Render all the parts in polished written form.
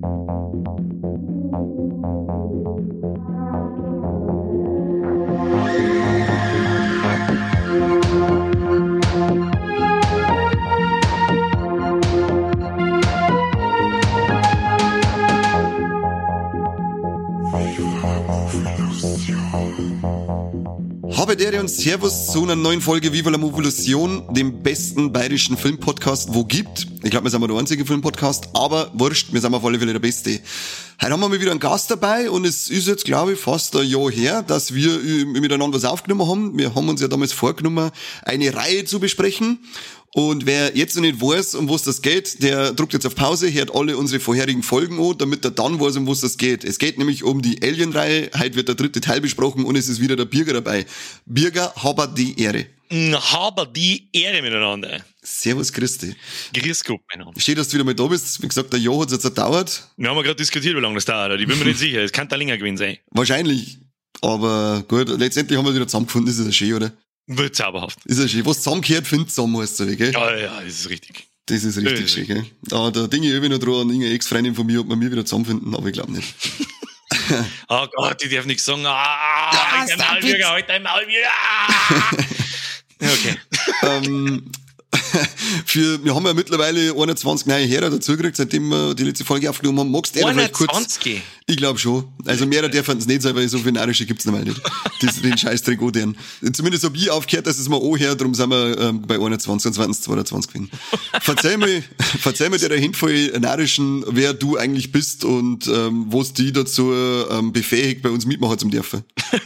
Habe Dere und Servus zu einer neuen Folge Viva la Movolution, dem besten bayerischen Filmpodcast, wo gibt. Ich glaube, wir sind mal der einzige Filmpodcast, aber wurscht, wir sind auf alle Fälle der Beste. Heute haben wir mal wieder einen Gast dabei und es ist jetzt, glaube ich, fast ein Jahr her, dass wir miteinander was aufgenommen haben. Wir haben uns ja damals vorgenommen, eine Reihe zu besprechen. Und wer jetzt noch nicht weiß, um was das geht, der drückt jetzt auf Pause, hört alle unsere vorherigen Folgen an, damit er dann weiß, um was das geht. Es geht nämlich um die Alien-Reihe. Heute wird der 3. Teil besprochen und es ist wieder der Birger dabei. Birger, habe die Ehre. Habe die Ehre miteinander. Servus, Christi. Grüß Gott, mein Name. Schön, dass du wieder mal da bist. Wie gesagt, der Jahr hat es jetzt gedauert. Wir haben ja gerade diskutiert, wie lange das dauert. Ich bin mir nicht sicher. Es kann da länger gewesen sein. Wahrscheinlich. Aber gut, letztendlich haben wir wieder zusammengefunden. Das ist ja schön, oder? Wird zauberhaft. Ist ja schön. Was zusammengehört, findet zusammen, heißt es, gell? Ja, das ist richtig. Das ist richtig schön, gell? Da denke ich irgendwie noch dran an irgendeine Ex-Freundin von mir, ob wir mich wieder zusammenfinden, aber ich glaube nicht. Oh Gott, ich darf nichts sagen. Ja, der Maulbürger, halt dein Maulbürger. Ja, okay. Wir haben ja mittlerweile 21 neue Hörer dazu gekriegt, seitdem wir die letzte Folge aufgenommen haben. Magst du vielleicht kurz? 21? Ich glaube schon. Also mehr dürfen es nicht sein, weil so viele Narische gibt's normal nicht. Den Scheißdreck deren. Zumindest habe ich aufgehört, dass es mal anhört, darum sind wir bei 21 und 22 gewesen. Verzeih mir der Handvoll Narischen, wer du eigentlich bist und was die dazu befähigt, bei uns mitmachen zum dürfen.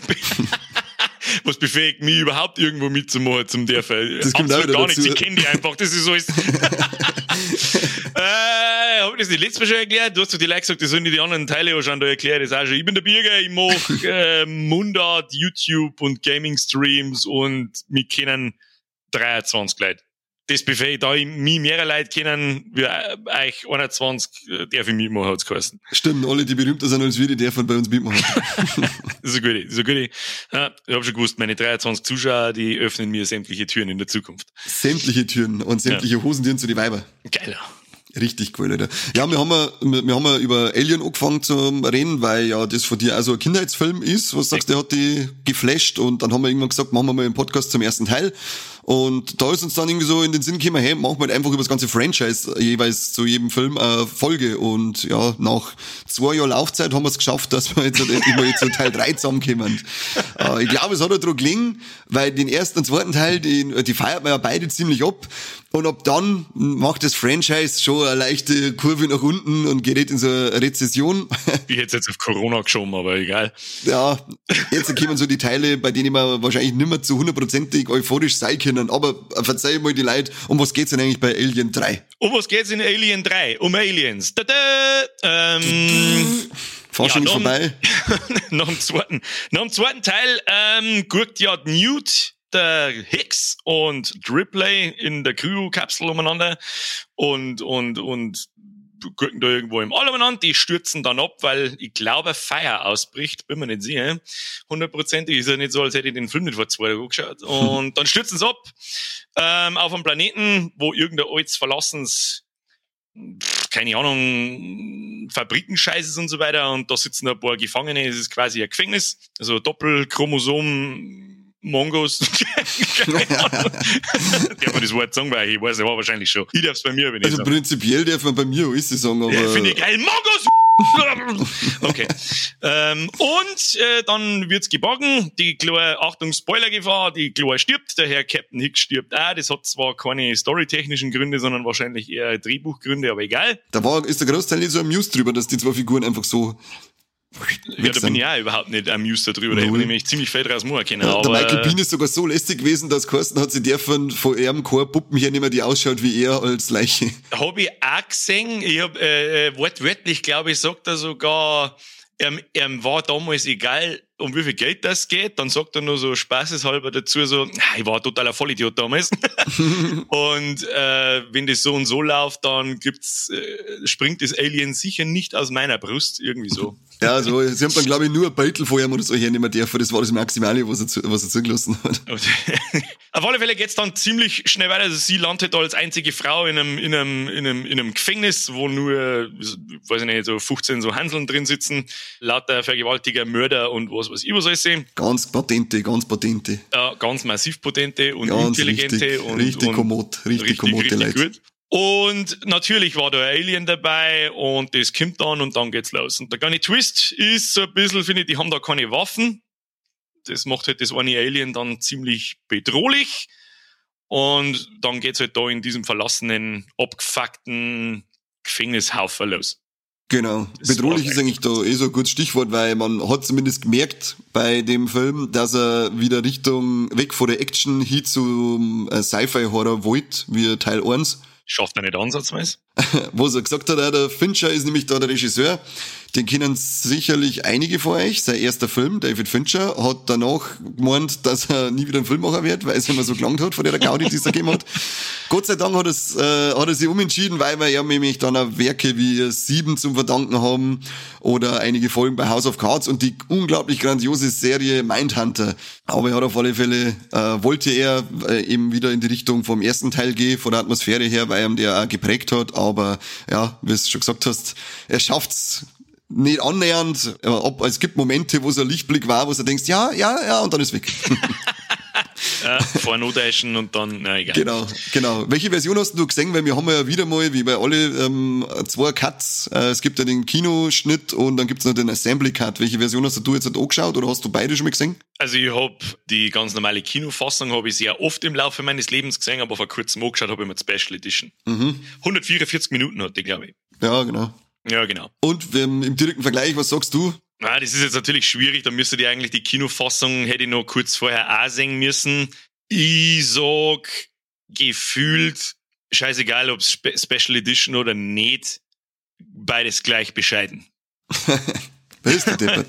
Was befähigt mich überhaupt irgendwo mitzumachen zum dürfen? Das kommt auch wieder gar dazu. nichts, ich kenne die einfach, das ist alles. Hab ich das nicht letztes Mal schon erklärt? Du hast doch die Leute gesagt, das sollen die anderen Teile auch schon da erklärt, das auch schon. Ich bin der Birger, ich mache Mundart, YouTube und Gaming-Streams und mich kennen 23 Leute. Das befähigt, da mich mehrere Leute kennen, wie euch 21, darf ich mitmachen, hat's geheißen. Stimmt, alle, die berühmter sind als wir, die dürfen bei uns mitmachen. Das ist eine gute. Ja, ich habe schon gewusst, meine 23 Zuschauer, die öffnen mir sämtliche Türen in der Zukunft. Sämtliche Türen und sämtliche Hosentüren zu den Weiber. Geiler. Richtig cool, Alter. Ja, wir haben über Alien angefangen zu reden, weil ja das von dir also ein Kindheitsfilm ist, was sagst du, der hat die geflasht und dann haben wir irgendwann gesagt, machen wir mal einen Podcast zum ersten Teil. Und da ist uns dann irgendwie so in den Sinn gekommen, hey, machen wir halt einfach über das ganze Franchise jeweils zu jedem Film eine Folge. Und ja, nach 2 Jahren Laufzeit haben wir es geschafft, dass wir jetzt endlich mal zu Teil 3 zusammenkommen. Ich glaube, es hat auch daran gelingen, weil den ersten und zweiten Teil, die feiert man ja beide ziemlich ab. Und ab dann macht das Franchise schon eine leichte Kurve nach unten und gerät in so eine Rezession. Ich hätte jetzt auf Corona geschoben, aber egal. Ja, jetzt kommen so die Teile, bei denen wir wahrscheinlich nicht mehr zu 100%ig euphorisch sein können. Aber verzeih mal die Leute, um was geht's denn eigentlich bei Alien 3? Um was geht's in Alien 3? Um Aliens. Forschung ist vorbei. Nach dem zweiten Teil guckt ja Newt, der Hicks und Ripley in der Crew-Kapsel umeinander und gucken da irgendwo im All umeinander, die stürzen dann ab, weil ich glaube, Feuer ausbricht, bin mir nicht sicher. 100%ig ist ja nicht so, als hätte ich den Film nicht vor 2 Jahren angeschaut. Und dann stürzen sie ab auf einem Planeten, wo irgendein altes verlassenes, keine Ahnung, Fabrikenscheiß ist und so weiter, und da sitzen ein paar Gefangene, es ist quasi ein Gefängnis, also Doppelchromosom Mongos. Darf man das Wort sagen, weil ich weiß, er war wahrscheinlich schon. Ich darf es bei mir, wenn ich Also prinzipiell darf man bei mir alles sagen, aber... Ja, finde ich geil. Mongos! Okay. Dann wird's geborgen. Die kleine, Achtung, Spoilergefahr, die kleine stirbt. Der Herr Captain Hicks stirbt auch. Das hat zwar keine storytechnischen Gründe, sondern wahrscheinlich eher Drehbuchgründe, aber egal. Ist der Großteil nicht so amused drüber, dass die 2 Figuren einfach so... Ja, da bin ich auch überhaupt nicht amused darüber. Da hätte man nämlich ziemlich viel draus machen können. Ja, der Michael Biehn ist sogar so lästig gewesen, dass Carsten hat sie dürfen von ihrem Chorpuppen hier nicht mehr die ausschaut wie er als Leiche. Habe ich auch gesehen. Ich habe wortwörtlich, glaube ich, sagt er sogar, war damals egal, um wie viel Geld das geht. Dann sagt er nur so spaßeshalber dazu so, ich war ein totaler Vollidiot damals. Und wenn das so und so läuft, dann springt das Alien sicher nicht aus meiner Brust, irgendwie so. Ja, also sie haben dann, glaube ich, nur ein Beutel vor ihm oder so hernehmen dürfen. Das war das Maximale, was er zugelassen hat. Auf alle Fälle geht's dann ziemlich schnell weiter. Also sie landet da als einzige Frau in einem Gefängnis, wo nur, weiß ich nicht, so 15 so Hanseln drin sitzen, lauter Vergewaltiger, Mörder und was ich alles sehe. Ganz patente. Ja, ganz massiv potente und ganz intelligente richtig kommode Leute. Gut. Und natürlich war da ein Alien dabei und das kommt dann und dann geht's los. Und der kleine Twist ist so ein bisschen, finde ich, die haben da keine Waffen. Das macht halt das eine Alien dann ziemlich bedrohlich. Und dann geht's halt da in diesem verlassenen, abgefuckten Gefängnishaufen los. Genau. Bedrohlich ist eigentlich da so ein gutes Stichwort, weil man hat zumindest gemerkt bei dem Film, dass er wieder weg von der Action hin zum Sci-Fi-Horror wollte, wie Teil 1. Schafft er nicht ansatzweise. Was er gesagt hat, der Fincher ist nämlich da der Regisseur. Den kennen sicherlich einige von euch. Sein erster Film, David Fincher, hat danach gemeint, dass er nie wieder ein Filmmacher wird, weil es immer so gelangt hat von der Gaudi, die es da gegeben hat. Gott sei Dank hat er sich umentschieden, weil wir ja nämlich dann auch Werke wie 7 zum Verdanken haben oder einige Folgen bei House of Cards und die unglaublich grandiose Serie Mindhunter. Aber er hat auf alle Fälle, wollte er eben wieder in die Richtung vom ersten Teil gehen, von der Atmosphäre her, weil ihm der auch geprägt hat. Aber ja, wie du schon gesagt hast, er schafft's nicht annähernd. Es gibt Momente, wo so ein Lichtblick war, wo du denkst, ja, und dann ist weg. Ja, vornotäschen und dann, na egal. Genau. Welche Version hast du gesehen? Weil wir haben ja wieder mal, wie bei alle, 2 Cuts. Es gibt ja den Kinoschnitt und dann gibt's noch den Assembly Cut. Welche Version hast du jetzt angeschaut oder hast du beide schon mal gesehen? Also ich habe die ganz normale Kinofassung habe ich sehr oft im Laufe meines Lebens gesehen, aber vor kurzem angeschaut habe ich mir die Special Edition. 144 Minuten hat die, glaube ich. Ja, genau. Ja, genau. Und im direkten Vergleich, was sagst du? Das ist jetzt natürlich schwierig, da müsste die eigentlich die Kinofassung, hätte ich noch kurz vorher auch sehen müssen. Ich sag, gefühlt, scheißegal, ob Special Edition oder nicht, beides gleich bescheiden. Bist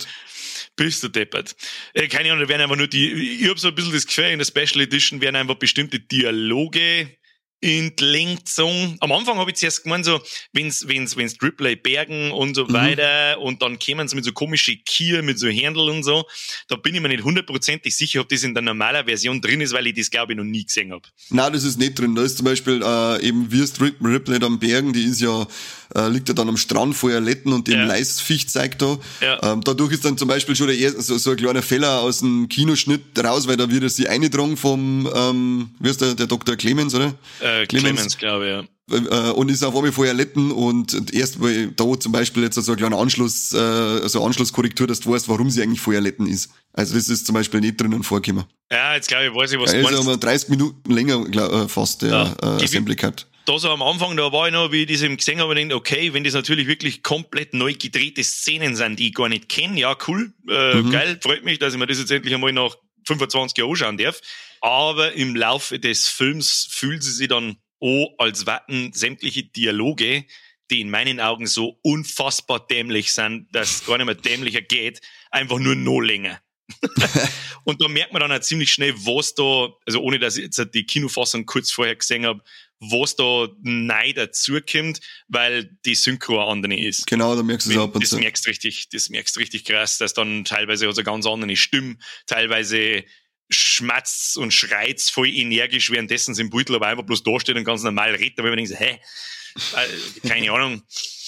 du deppert. Keine Ahnung, da werden einfach nur ich habe so ein bisschen das Gefühl, in der Special Edition werden einfach bestimmte Dialoge entlenkt. Am Anfang habe ich zuerst gemeint, so, wenn's Ripley bergen und so weiter und dann kämen sie mit so komische Kier, mit so Händel und so, da bin ich mir nicht 100% sicher, ob das in der normalen Version drin ist, weil ich das, glaube ich, noch nie gesehen habe. Nein, das ist nicht drin. Da ist zum Beispiel eben wirst Ripley am Bergen, die ist ja liegt ja dann am Strand vor ihr Letten und dem Leistviech zeigt da. Ja. Dadurch ist dann zum Beispiel schon so ein kleiner Fehler aus dem Kinoschnitt raus, weil da wird sie eingetragen vom, wie ist der Dr. Clemens, oder? Clemens, glaube ich, ja. Und ist auf einmal vorher Letten und erst weil da zum Beispiel jetzt so ein kleiner Anschluss, so Anschlusskorrektur, dass du weißt, warum sie eigentlich vorher Letten ist. Also das ist zum Beispiel nicht drinnen vorgekommen. Ja, jetzt glaube ich, weiß ich, was du meinst. Also 30 Minuten länger fast, der Assembly Cut. Da so am Anfang, da war ich noch, wie ich das eben gesehen habe, und denke, okay, wenn das natürlich wirklich komplett neu gedrehte Szenen sind, die ich gar nicht kenne, ja, cool, geil, freut mich, dass ich mir das jetzt endlich einmal nach 25 Jahren anschauen darf. Aber im Laufe des Films fühlt sie sich dann als wetten sämtliche Dialoge, die in meinen Augen so unfassbar dämlich sind, dass es gar nicht mehr dämlicher geht, einfach nur noch länger. Und da merkt man dann auch ziemlich schnell, was da, also ohne dass ich jetzt die Kinofassung kurz vorher gesehen habe, was da neu dazukommt, weil die Synchro eine andere ist. Genau, da merkst du es ab und zu. Das merkst richtig krass, dass dann teilweise also ganz andere Stimme, teilweise schmatzt und schreit voll energisch, währenddessen sie im Beutel aber einfach bloß da steht und ganz normal redet, aber ich denke, keine Ahnung.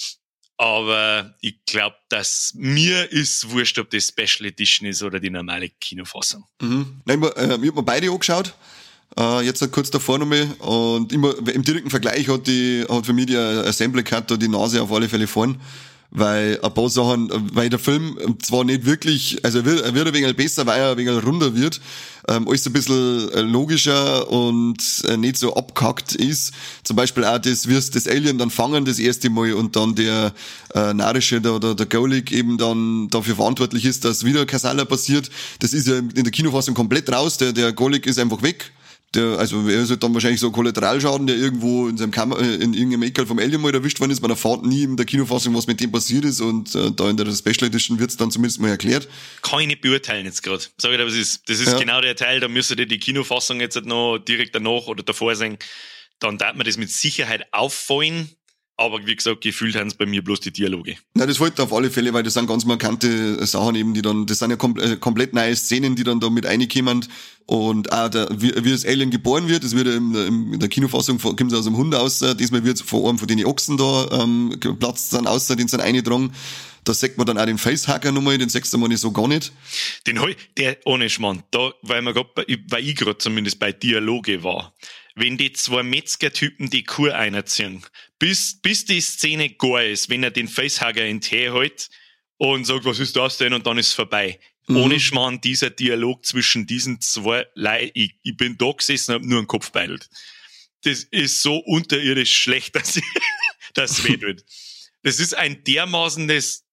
Aber ich glaube, dass mir ist wurscht, ob das Special Edition ist oder die normale Kinofassung. Nein, ich habe mir beide angeschaut. Jetzt kurz davor nochmal. Und immer im direkten Vergleich hat für mich die Assembly Cut da die Nase auf alle Fälle vorn. Weil ein paar Sachen, weil der Film zwar nicht wirklich, also er wird ein wenig besser, weil er ein wenig runder wird, alles ein bisschen logischer und nicht so abkackt ist. Zum Beispiel auch das Alien dann fangen das erste Mal und dann der Narische, der Golik eben dann dafür verantwortlich ist, dass wieder Kasala passiert. Das ist ja in der Kinofassung komplett raus, der Golik ist einfach weg. Also er ist halt dann wahrscheinlich so ein Kollateralschaden, der irgendwo in seinem in irgendeinem Eckel vom Alien mal erwischt worden ist. Man erfahrt nie in der Kinofassung, was mit dem passiert ist, und da in der Special Edition wird's dann zumindest mal erklärt. Kann ich nicht beurteilen jetzt gerade. Sag ich dir, was ist. Das ist genau der Teil, da müsste die Kinofassung jetzt halt noch direkt danach oder davor sein. Dann darf man das mit Sicherheit auffallen. Aber wie gesagt, gefühlt haben es bei mir bloß die Dialoge. Nein, das wollte auf alle Fälle, weil das sind ganz markante Sachen eben, das sind ja komplett neue Szenen, die dann da mit reinkommen. Und auch wie das Alien geboren wird, das wird ja in der Kinofassung, kommt aus dem Hund aus, diesmal wird es von einem von den Ochsen da geplatzt sind, außer den sind eingetragen. Da sagt man dann auch den Facehacker nochmal, den sagst du mal nicht so gar nicht. Der ohne Schmarrn, da, weil ich gerade zumindest bei Dialoge war, wenn die zwei Metzger-Typen die Kur einerziehen, bis die Szene gar ist, wenn er den Facehacker in den Tee hält und sagt, was ist das denn, und dann ist es vorbei. Ohne Schmarrn, dieser Dialog zwischen diesen zwei Leuten, ich bin da gesessen und hab nur einen Kopf beidelt. Das ist so unterirdisch schlecht, dass das weh tut. Das ist ein dermaßenes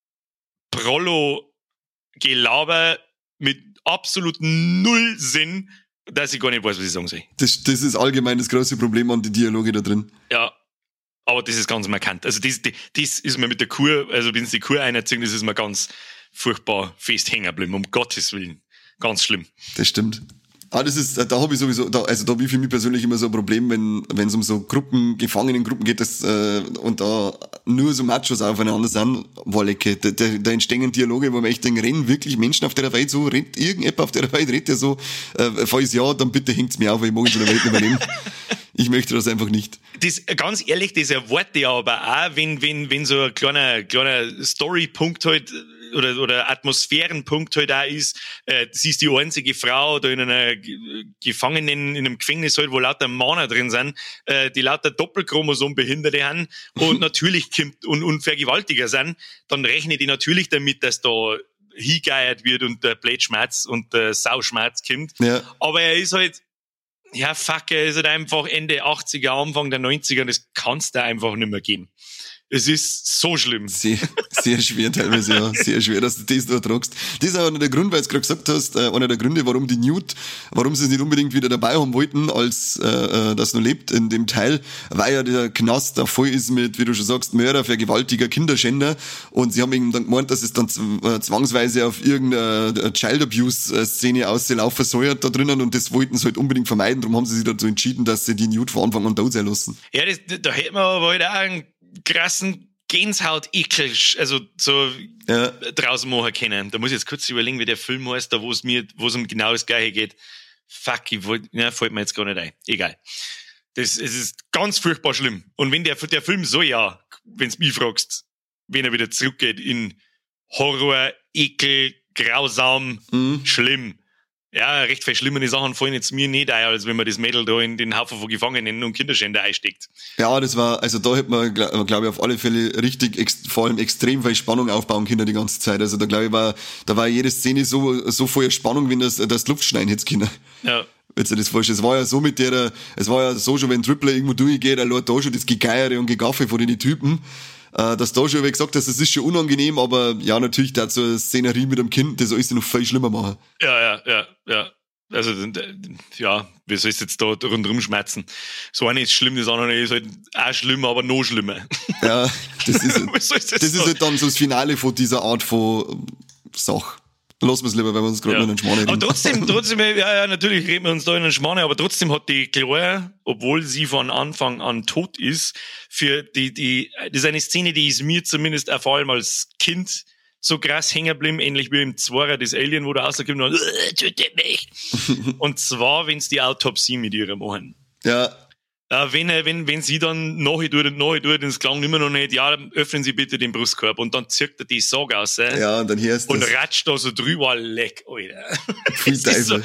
Prollo-Gelaber mit absolut null Sinn, dass ich gar nicht weiß, was ich sagen soll. Das ist allgemein das große Problem an die Dialoge da drin. Ja, aber das ist ganz markant. Also das ist mir mit der Kur, also wenn sie die Kur einziehen, das ist mir ganz furchtbar fest hängen geblieben, um Gottes Willen. Ganz schlimm. Das stimmt. Da habe ich sowieso, da habe ich für mich persönlich immer so ein Problem, wenn es um so Gefangenengruppen geht, und da nur so Machos aufeinander sind, Wollecke, da entstehen Dialoge, wo man echt denkt, rennen wirklich Menschen auf der Welt so, rennt irgendjemand auf der Welt, redet ja so, falls ja, dann bitte hängt's mir auf, weil ich mag in so einer Welt überleben. Ich möchte das einfach nicht. Das, ganz ehrlich, das erwarte ich aber auch, wenn so ein kleiner Story-Punkt halt, oder Atmosphärenpunkt halt da ist, sie ist die einzige Frau da in einer Gefangenen, in einem Gefängnis halt, wo lauter Männer drin sind, die lauter Doppelchromosom-Behinderte haben und natürlich kommt und Vergewaltiger sind, dann rechne die natürlich damit, dass da hingeiert wird und der Blätschmerz und der Sauschmerz kommt. Ja. Aber er ist halt, er ist halt einfach Ende 80er, Anfang der 90er, das kann's da einfach nicht mehr geben. Es ist so schlimm. Sehr, sehr schwer teilweise, ja. Sehr schwer, dass du das da tragst. Das ist auch einer der Gründe, weil du gerade gesagt hast, einer der Gründe, warum sie es nicht unbedingt wieder dabei haben wollten, als das noch lebt in dem Teil, weil ja der Knast da voll ist mit, wie du schon sagst, Mörder, Vergewaltiger, Kinderschänder, und sie haben eben dann gemeint, dass es dann zwangsweise auf irgendeine Child Abuse Szene auslaufen soll da drinnen, und das wollten sie halt unbedingt vermeiden, darum haben sie sich dazu entschieden, dass sie die Newt von Anfang an da sein lassen. Ja, da hätten wir aber halt auch einen krassen Gänsehaut-Ekel, also so draußen machen können. Da muss ich jetzt kurz überlegen, wie der Film heißt, da wo es um genau das Gleiche geht. Fuck, fällt mir jetzt gar nicht ein. Egal. Es ist ganz furchtbar schlimm. Und wenn der Film so, wenn's mich fragst, wenn er wieder zurückgeht in Horror, Ekel, grausam, schlimm. Ja, recht verschlimmende Sachen fallen jetzt mir nicht ein, als wenn man das Mädel da in den Haufen von Gefangenen und Kinderschänder einsteckt. Ja, das war, also da hätte man, glaube ich, auf alle Fälle vor allem extrem viel Spannung aufbauen können die ganze Zeit. Also da glaube ich, da war jede Szene so voller Spannung, wenn das Luftschneiden hätte können. Ja. Wenn du das vorstellst, es war ja so schon, wenn Tripler irgendwo durchgeht, allein da schon das Gegeiere und Gegaffe von den Typen, dass da schon, wie gesagt, das ist schon unangenehm, aber ja, natürlich, da so eine Szenerie mit einem Kind, das alles noch viel schlimmer machen. Ja. Also, ja, wie soll es jetzt da rundherum schmerzen? So eine ist schlimm, das andere ist halt auch schlimm, aber noch schlimmer. Ja, das ist halt dann so das Finale von dieser Art von Sache. Lassen wir es lieber, weil wir uns gerade in den Schmarrn reden. Aber trotzdem, ja, natürlich reden wir uns da in den Schmarrn, aber trotzdem hat die Claire, obwohl sie von Anfang an tot ist, das ist eine Szene, die ist mir zumindest vor allem als Kind so krass hängen geblieben, ähnlich wie im Zwarer das Alien, wo der rauskommt und tötet mich. Und zwar, wenn sie die Autopsie mit ihr machen. Ja. Wenn sie dann nachher tut, und es klang immer noch nicht, ja, dann öffnen Sie bitte den Brustkorb, und dann zirkt er die Sorge aus, ja, und dann hörst du und ratscht da so drüber, leck, Alter. Viel Teufel.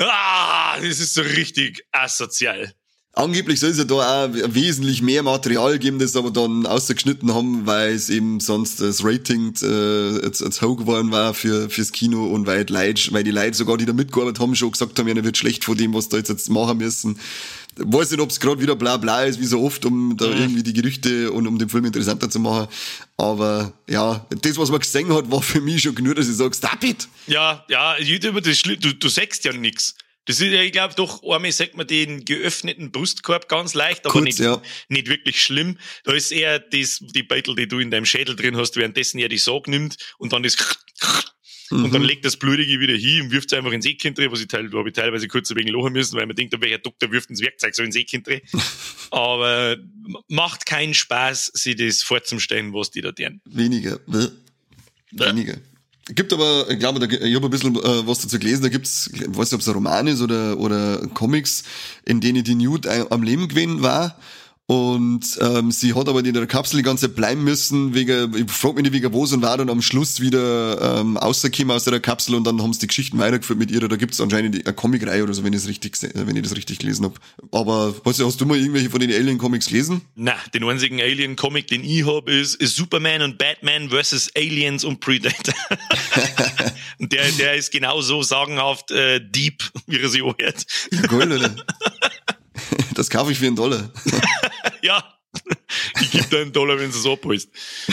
Das ist so richtig asozial. Angeblich soll es ja da auch wesentlich mehr Material geben, das aber dann ausgeschnitten haben, weil es eben sonst das Rating jetzt hoch geworden war fürs Kino, und weil die Leute sogar, die da mitgearbeitet haben, schon gesagt haben, ja, das wird schlecht von dem, was da jetzt machen müssen. Weiß nicht, ob es gerade wieder bla bla ist, wie so oft, um da irgendwie die Gerüchte und um den Film interessanter zu machen. Aber ja, das, was man gesehen hat, war für mich schon genug, dass ich sage, stop it! Ja, du sagst ja nix. Das ist ja, ich glaube, doch, einmal sagt man den geöffneten Brustkorb ganz leicht, aber Kurz, nicht wirklich schlimm. Da ist eher die Beutel, die du in deinem Schädel drin hast, währenddessen er die Sarg nimmt und dann das und dann legt das Blutige wieder hin und wirft es einfach ins Eckkind drin, da habe ich teilweise kurz ein wenig lachen müssen, weil man denkt, welcher Doktor wirft ins Werkzeug so ins Eckkind drin. Aber macht keinen Spaß, sich das vorzustellen, was die da tun. Weniger. Gibt aber, ich glaube, ich habe ein bisschen was dazu gelesen, da gibt's, ich weiß nicht, ob es ein Roman ist oder Comics, in denen die Newt am Leben gewesen war. Und sie hat aber in der Kapsel die ganze Zeit bleiben müssen, ich frag mich nicht, wegen was, und war dann am Schluss wieder rausgekommen aus der Kapsel, und dann haben sie die Geschichten weitergeführt mit ihr. Da gibt's anscheinend eine Comicreihe oder so, wenn ich das richtig gelesen habe. Aber weißt du, hast du mal irgendwelche von den Alien-Comics gelesen? Na, den einzigen Alien-Comic, den ich habe, ist Superman und Batman versus Aliens und Predator. Und der ist genauso sagenhaft deep, wie er sich anhört. Ja, geil, oder? Das kaufe ich für $1. Ja, ich gebe dir $1, wenn du es abholst.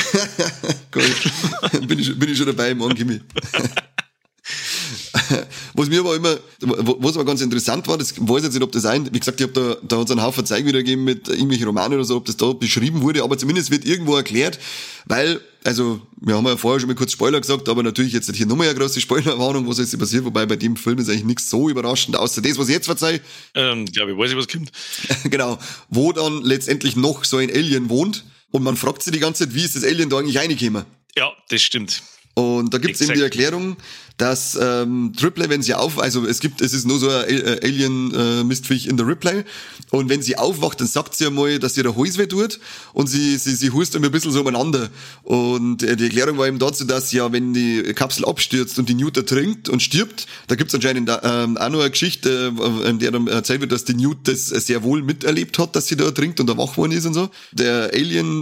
Cool. Bin ich schon dabei, morgen Kimi. Was mir aber immer, was aber ganz interessant war, das weiß ich jetzt nicht, ob das wie gesagt, ich habe da uns einen Haufen Zeug wiedergegeben mit irgendwelchen Romanen oder so, ob das da beschrieben wurde, aber zumindest wird irgendwo erklärt, weil, also, wir haben ja vorher schon mal kurz Spoiler gesagt, aber natürlich jetzt hier nochmal eine große Spoilerwarnung, was jetzt passiert, wobei bei dem Film ist eigentlich nichts so überraschend, außer das, was ich jetzt verzeihe. Glaube ich, weiß ich, was kommt. Genau, wo dann letztendlich noch so ein Alien wohnt, und man fragt sich die ganze Zeit, wie ist das Alien da eigentlich reingekommen? Ja, das stimmt. Und da gibt's eben die Erklärung, dass Ripley, wenn sie es ist nur so ein Alien-Mistviech in der Ripley, und wenn sie aufwacht, dann sagt sie einmal, dass ihr der Hals weh tut, und sie hust dann ein bisschen so umeinander. Und die Erklärung war eben dazu, dass ja, wenn die Kapsel abstürzt und die Newt ertrinkt und stirbt, da gibt's anscheinend auch noch eine Geschichte, in der dann erzählt wird, dass die Newt das sehr wohl miterlebt hat, dass sie da ertrinkt und da wach worden ist und so. Der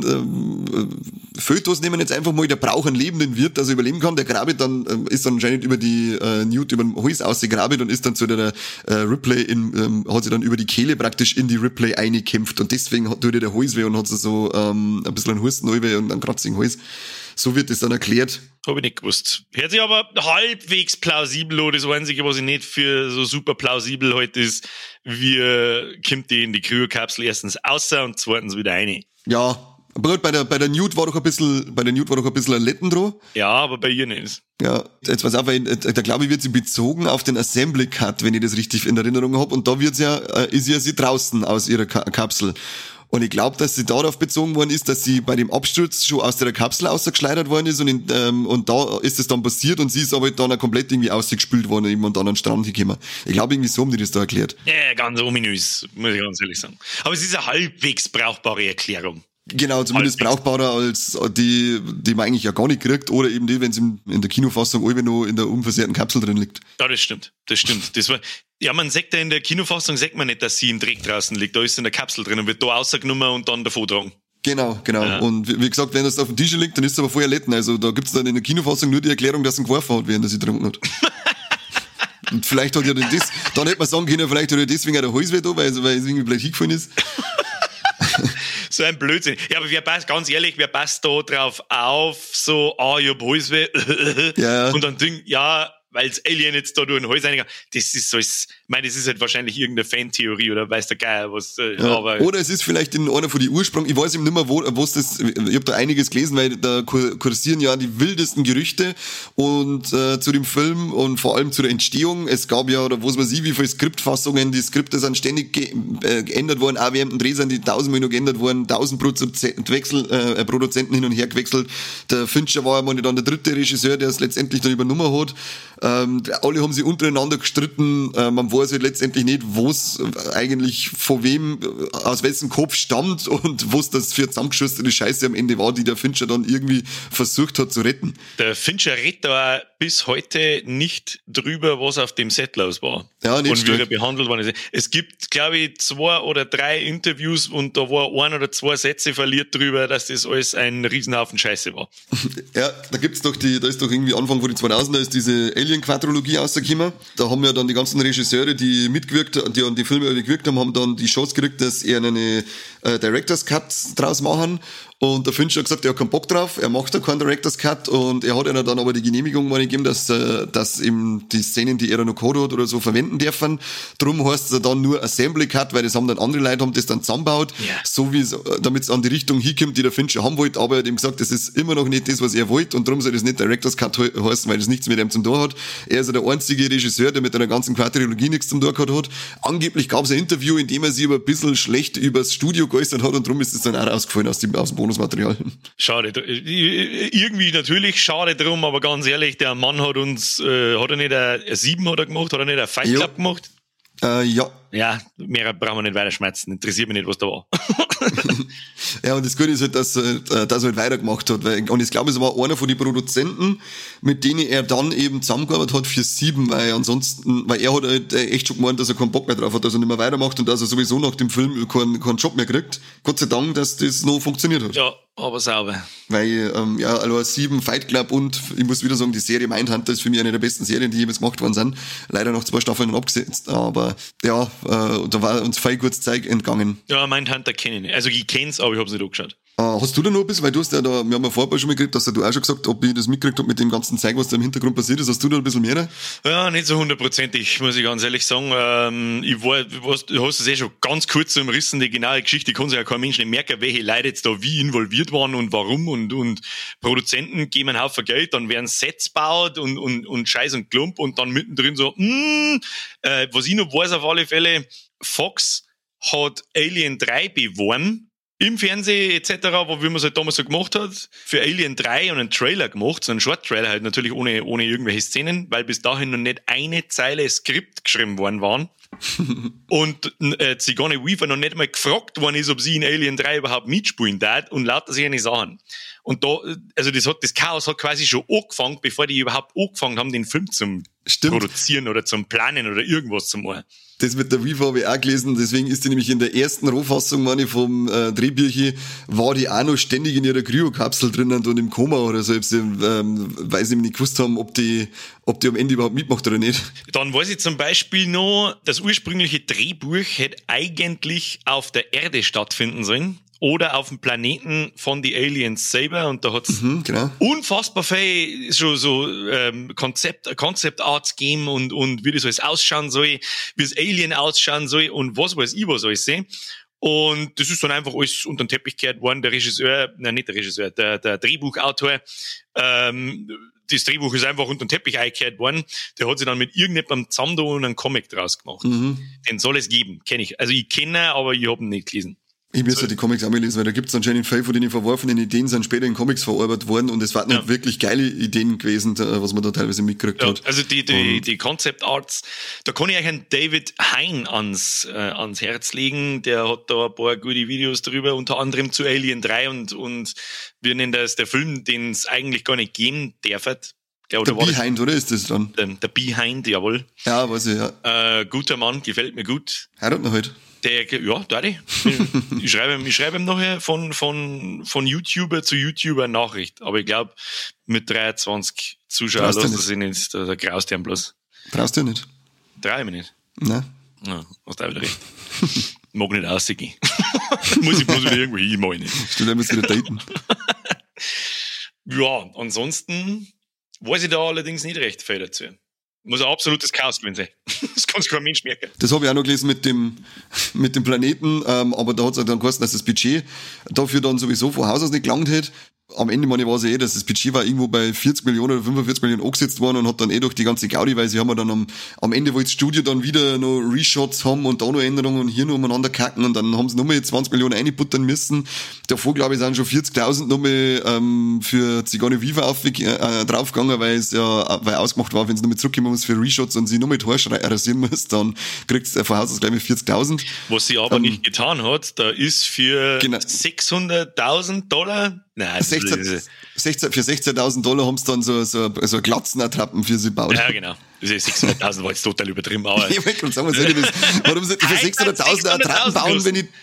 Alien-Fötus, nehmen wir jetzt einfach mal, der braucht einen lebenden Wirt, dass er überleben kann, der grabet dann, ist dann anscheinend über die Newt über den Hals ausgegraben und ist dann zu der Ripley hat sie dann über die Kehle praktisch in die Ripley eingekämpft, und deswegen tut ihr der Hals weh und hat sie so ein bisschen einen Husten und einen kratzigen Hals. So wird das dann erklärt. Habe ich nicht gewusst. Hört sich aber halbwegs plausibel an. Das Einzige, was ich nicht für so super plausibel halte, ist, wie kommt die in die Kryokapsel erstens außer und zweitens wieder rein. Ja, aber gut, bei der Newt war doch ein bisschen ein Letten dran. Ja, aber bei ihr nicht. Ja, jetzt pass auf, da glaube ich, wird sie bezogen auf den Assembly Cut, wenn ich das richtig in Erinnerung habe, und da ist sie draußen aus ihrer Kapsel. Und ich glaube, dass sie darauf bezogen worden ist, dass sie bei dem Absturz schon aus der Kapsel ausgeschleudert worden ist, und da ist es dann passiert, und sie ist aber dann auch komplett irgendwie ausgespült worden eben und dann an den Strand gekommen. Ich glaube, irgendwie so haben die das da erklärt. Ja, ganz ominös, muss ich ganz ehrlich sagen. Aber es ist eine halbwegs brauchbare Erklärung. Genau, zumindest brauchbarer als die man eigentlich ja gar nicht kriegt, oder eben die, wenn es in der Kinofassung irgendwie noch in der unversehrten Kapsel drin liegt. Ja, das stimmt. Man sagt ja in der Kinofassung, sagt man nicht, dass sie im Dreck draußen liegt. Da ist sie in der Kapsel drin und wird da rausgenommen und dann davor tragen. Genau. Ja. Und wie gesagt, wenn das auf dem Tisch liegt, dann ist es aber vorher Letten. Also da gibt's dann in der Kinofassung nur die Erklärung, dass er ihn geworfen hat, während er sie getrunken hat. Und vielleicht hat ja dann hätte man sagen können, vielleicht hat er deswegen auch der Hals weh da, weil es irgendwie blöd hingefallen ist. So ein Blödsinn. Ja, aber wer passt da drauf auf, so, ich hab Halsweh, ja. Und dann denkt, ja, weil das Alien jetzt da durch den Hals reingeht. Das ist so, das ist halt wahrscheinlich irgendeine Fantheorie oder weiß der Geier was. Ja. Aber oder es ist vielleicht in einer von den Ursprüngen, ich weiß eben nicht mehr, was das, ich habe da einiges gelesen, weil da kursieren ja die wildesten Gerüchte und zu dem Film und vor allem zu der Entstehung. Es gab ja, oder was weiß ich, wie viele Skriptfassungen, die Skripte sind ständig geändert worden, auch während dem Dreh sind die 1000-mal noch geändert worden, 1000 Produzenten hin und her gewechselt. Der Fincher war ja dann der dritte Regisseur, der es letztendlich dann übernommen hat. Alle haben sich untereinander gestritten, man weiß halt letztendlich nicht, was eigentlich von wem, aus welchem Kopf stammt und was das für zusammengeschusterte Scheiße am Ende war, die der Fincher dann irgendwie versucht hat zu retten. Der Fincher redet da bis heute nicht drüber, was auf dem Set los war. Ja, nicht und wie er behandelt worden ist. Es gibt, glaube ich, 2 oder 3 Interviews und da war 1 oder 2 Sätze verliert drüber, dass das alles ein Riesenhaufen Scheiße war. Ja, da ist doch irgendwie Anfang von den 2000er ist diese Alien-Quadrologie rausgekommen. Da haben ja dann die ganzen Regisseure, die an die Filme gewirkt haben, haben dann die Chance gekriegt, dass er eine Director's Cut draus machen. Und der Fincher hat gesagt, er hat keinen Bock drauf, er macht da keinen Director's Cut und er hat ihnen dann aber die Genehmigung mal gegeben, dass eben die Szenen, die er noch gehabt hat oder so, verwenden dürfen. Drum heißt es dann nur Assembly Cut, weil das haben dann andere Leute, haben das dann zusammengebaut, so wie es, damit es an die Richtung hinkommt, die der Fincher haben wollte, aber er hat ihm gesagt, das ist immer noch nicht das, was er wollte und darum soll das nicht Director's Cut heißen, weil das nichts mit ihm zum tun hat. Er ist ja der einzige Regisseur, der mit einer ganzen Quadrilogie nichts zum tun gehabt hat. Angeblich gab es ein Interview, in dem er sich aber ein bisschen schlecht übers Studio geäußert hat und darum ist es dann auch rausgefallen aus dem Bonusmaterial. Schade. Irgendwie natürlich schade drum, aber ganz ehrlich, der Mann hat uns, hat er nicht ein 7 hat er gemacht, hat er nicht ein Fight Club gemacht? Ja. Ja, mehr brauchen wir nicht weiter schmerzen. Interessiert mich nicht, was da war. Ja, und das Gute ist halt, dass er halt weitergemacht hat. Und ich glaube, es war einer von den Produzenten, mit denen er dann eben zusammengearbeitet hat für 7, weil er hat halt echt schon gemeint, dass er keinen Bock mehr drauf hat, dass er nicht mehr weitermacht und dass er sowieso nach dem Film keinen Job mehr kriegt. Gott sei Dank, dass das noch funktioniert hat. Ja, aber sauber. Weil, also 7, Fight Club und, ich muss wieder sagen, die Serie Mindhunter ist für mich eine der besten Serien, die jemals gemacht worden sind. Leider noch 2 Staffeln abgesetzt, aber ja, da war uns viel gutes Zeug entgangen. Ja, Mindhunter kenne ich nicht. Also ich kenn's, aber ich hab's nicht angeschaut. Hast du da noch ein bisschen, weil du hast ja da, wir haben ja vorher schon mal geredet, dass du auch schon gesagt, ob ich das mitgekriegt habe mit dem ganzen Zeug, was da im Hintergrund passiert ist. Hast du da ein bisschen mehr? Ja, nicht so 100%, muss ich ganz ehrlich sagen. Du hast es schon ganz kurz so umrissen, die genaue Geschichte, kann sich ja kein Mensch nicht merken, welche Leute jetzt da wie involviert waren und warum und Produzenten geben einen Haufen Geld, dann werden Sets gebaut und Scheiß und Klump und dann mittendrin so, was ich noch weiß auf alle Fälle, Fox hat Alien 3 beworben, im Fernsehen etc., wie man es halt damals so gemacht hat, für Alien 3 und einen Trailer gemacht, so einen Short-Trailer halt natürlich ohne irgendwelche Szenen, weil bis dahin noch nicht eine Zeile Skript geschrieben worden waren. Und Sigourney Weaver noch nicht mal gefragt worden ist, ob sie in Alien 3 überhaupt mitspielen darf und lauter solche Sachen. Und da, also das Chaos hat quasi schon angefangen, bevor die überhaupt angefangen haben, den Film zum Produzieren oder zum Planen oder irgendwas zu machen. Das mit der Weaver habe ich auch gelesen, deswegen ist die nämlich in der ersten Rohfassung, meine ich, vom Drehbücher, war die auch noch ständig in ihrer Kryokapsel drinnen und im Koma oder so, weil sie nicht gewusst haben, ob die am Ende überhaupt mitmacht oder nicht. Dann weiß ich zum Beispiel noch, das ursprüngliche Drehbuch hätte eigentlich auf der Erde stattfinden sollen. Oder auf dem Planeten von die Aliens selber und da hat's unfassbar viel so Concept Arts gegeben und wie das alles ausschauen soll, wie das Alien ausschauen soll und was weiß ich was alles sehen. Und das ist dann einfach alles unter den Teppich gekehrt worden. Der Drehbuchautor, das Drehbuch ist einfach unter den Teppich eingekehrt worden. Der hat sich dann mit irgendjemandem zusammen und einen Comic draus gemacht. Den soll es geben, kenne ich. Also ich kenne, aber ich habe ihn nicht gelesen. Ich muss ja die Comics auch mal lesen, weil da gibt es anscheinend Fälle von den verworfenen Ideen, sind später in Comics verarbeitet worden und es waren nicht wirklich geile Ideen gewesen, was man da teilweise mitgekriegt hat. Also die Concept Arts, da kann ich euch einen David Hein ans Herz legen, der hat da ein paar gute Videos drüber, unter anderem zu Alien 3 und wir nennen das der Film, den es eigentlich gar nicht geben darf. Der Behind, oder ist das dann? Der Behind, jawohl. Ja, weiß ich, ja. Guter Mann, gefällt mir gut. Heiratet noch halt. Ich schreibe ihm nachher von YouTuber zu YouTuber eine Nachricht. Aber ich glaube, mit 23 Zuschauern lässt er sich nicht, da graust er bloß. Traust du nicht? Trau ich mich nicht. Nein. Ja, hast du wieder recht. Mag nicht rausgehen. Muss ich bloß wieder irgendwo hin, mag ich nicht. Stimmt, dann musst du wieder daten. Ja, ansonsten weiß ich da allerdings nicht recht viel dazu. Muss ein absolutes Chaos gewesen sein. Das kann sich kein Mensch merken. Das habe ich auch noch gelesen mit dem Planeten, aber da hat es dann geheißen, dass das Budget dafür dann sowieso von Haus aus nicht gelangt hätte. Am Ende, meine ich, war es dass das Budget war irgendwo bei 40 Millionen oder 45 Millionen angesetzt worden und hat dann durch die ganze Gaudi, weil sie haben ja dann am Ende, wo das Studio dann wieder noch Reshots haben und da noch Änderungen und hier noch umeinander kacken und dann haben sie nochmal 20 Millionen reinbuttern müssen. Davor, glaube ich, sind schon 40.000 nochmal für Sigourney Weaver draufgegangen, weil ausgemacht war, wenn sie nochmal zurückkommen muss für Reshots und sie nochmal die Haare rasieren muss, dann kriegt sie von Haus aus gleich mal 40.000. Was sie aber nicht getan hat, da ist für $600.000 Nein, für $16.000 haben sie dann so Glatzenattrappen für sie gebaut. Ja, genau. Das ist 600.000 war jetzt total übertrieben, aber. Ich wollte gerade sagen, warum sollte ich für 600.000 Attrappen bauen, wenn ich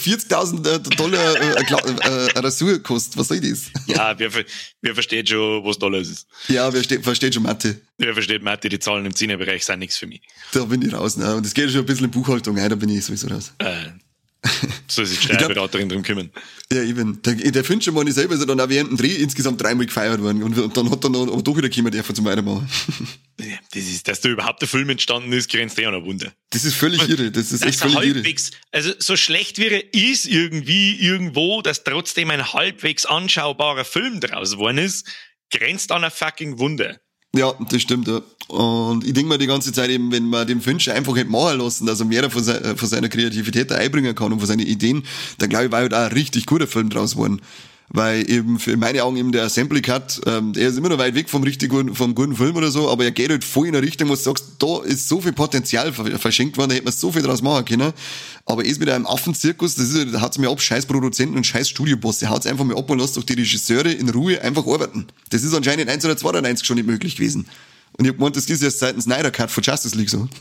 $40.000 Rasur kostet? Was soll das? Ja, wer versteht schon, was Dollar ist. Ja, wer versteht schon Mathe. Wer versteht Mathe, die Zahlen im Zehnerbereich sind nichts für mich. Da bin ich raus. Ne? Und das geht schon ein bisschen in Buchhaltung, da bin ich sowieso raus. Soll sich die Steuerberaterin drum kümmern. Ja, eben. Der Finchermann ist selber ist dann auch während dem Dreh insgesamt 3-mal gefeiert worden. Und dann hat er noch, aber doch wieder gekommen, der zum Weitermachen. Das ist, dass da überhaupt der Film entstanden ist, grenzt an ein Wunder. Das ist völlig irre. Das ist echt völlig irre. Also, so schlecht wie er ist irgendwo, dass trotzdem ein halbwegs anschaubarer Film draus geworden ist, grenzt an ein fucking Wunder. Ja, das stimmt, ja. Und ich denke mir die ganze Zeit eben, wenn man dem Fincher einfach hätte machen lassen, dass er mehr von seiner Kreativität da einbringen kann und von seinen Ideen, dann glaube ich, war halt auch ein richtig guter Film draus geworden. Weil eben für meine Augen eben der Assembly Cut, der ist immer noch weit weg vom guten Film oder so, aber er geht halt voll in eine Richtung, wo du sagst, da ist so viel Potenzial verschenkt worden, da hätte man so viel draus machen können. Aber er ist mit einem Affenzirkus, da haut's mir ab, scheiß Produzenten und scheiß Studioboss, der haut's einfach mal ab und lässt doch die Regisseure in Ruhe einfach arbeiten. Das ist anscheinend 1 oder 92 schon nicht möglich gewesen. Und ich hab gemeint, das ist erst seit dem Snyder Cut von Justice League so.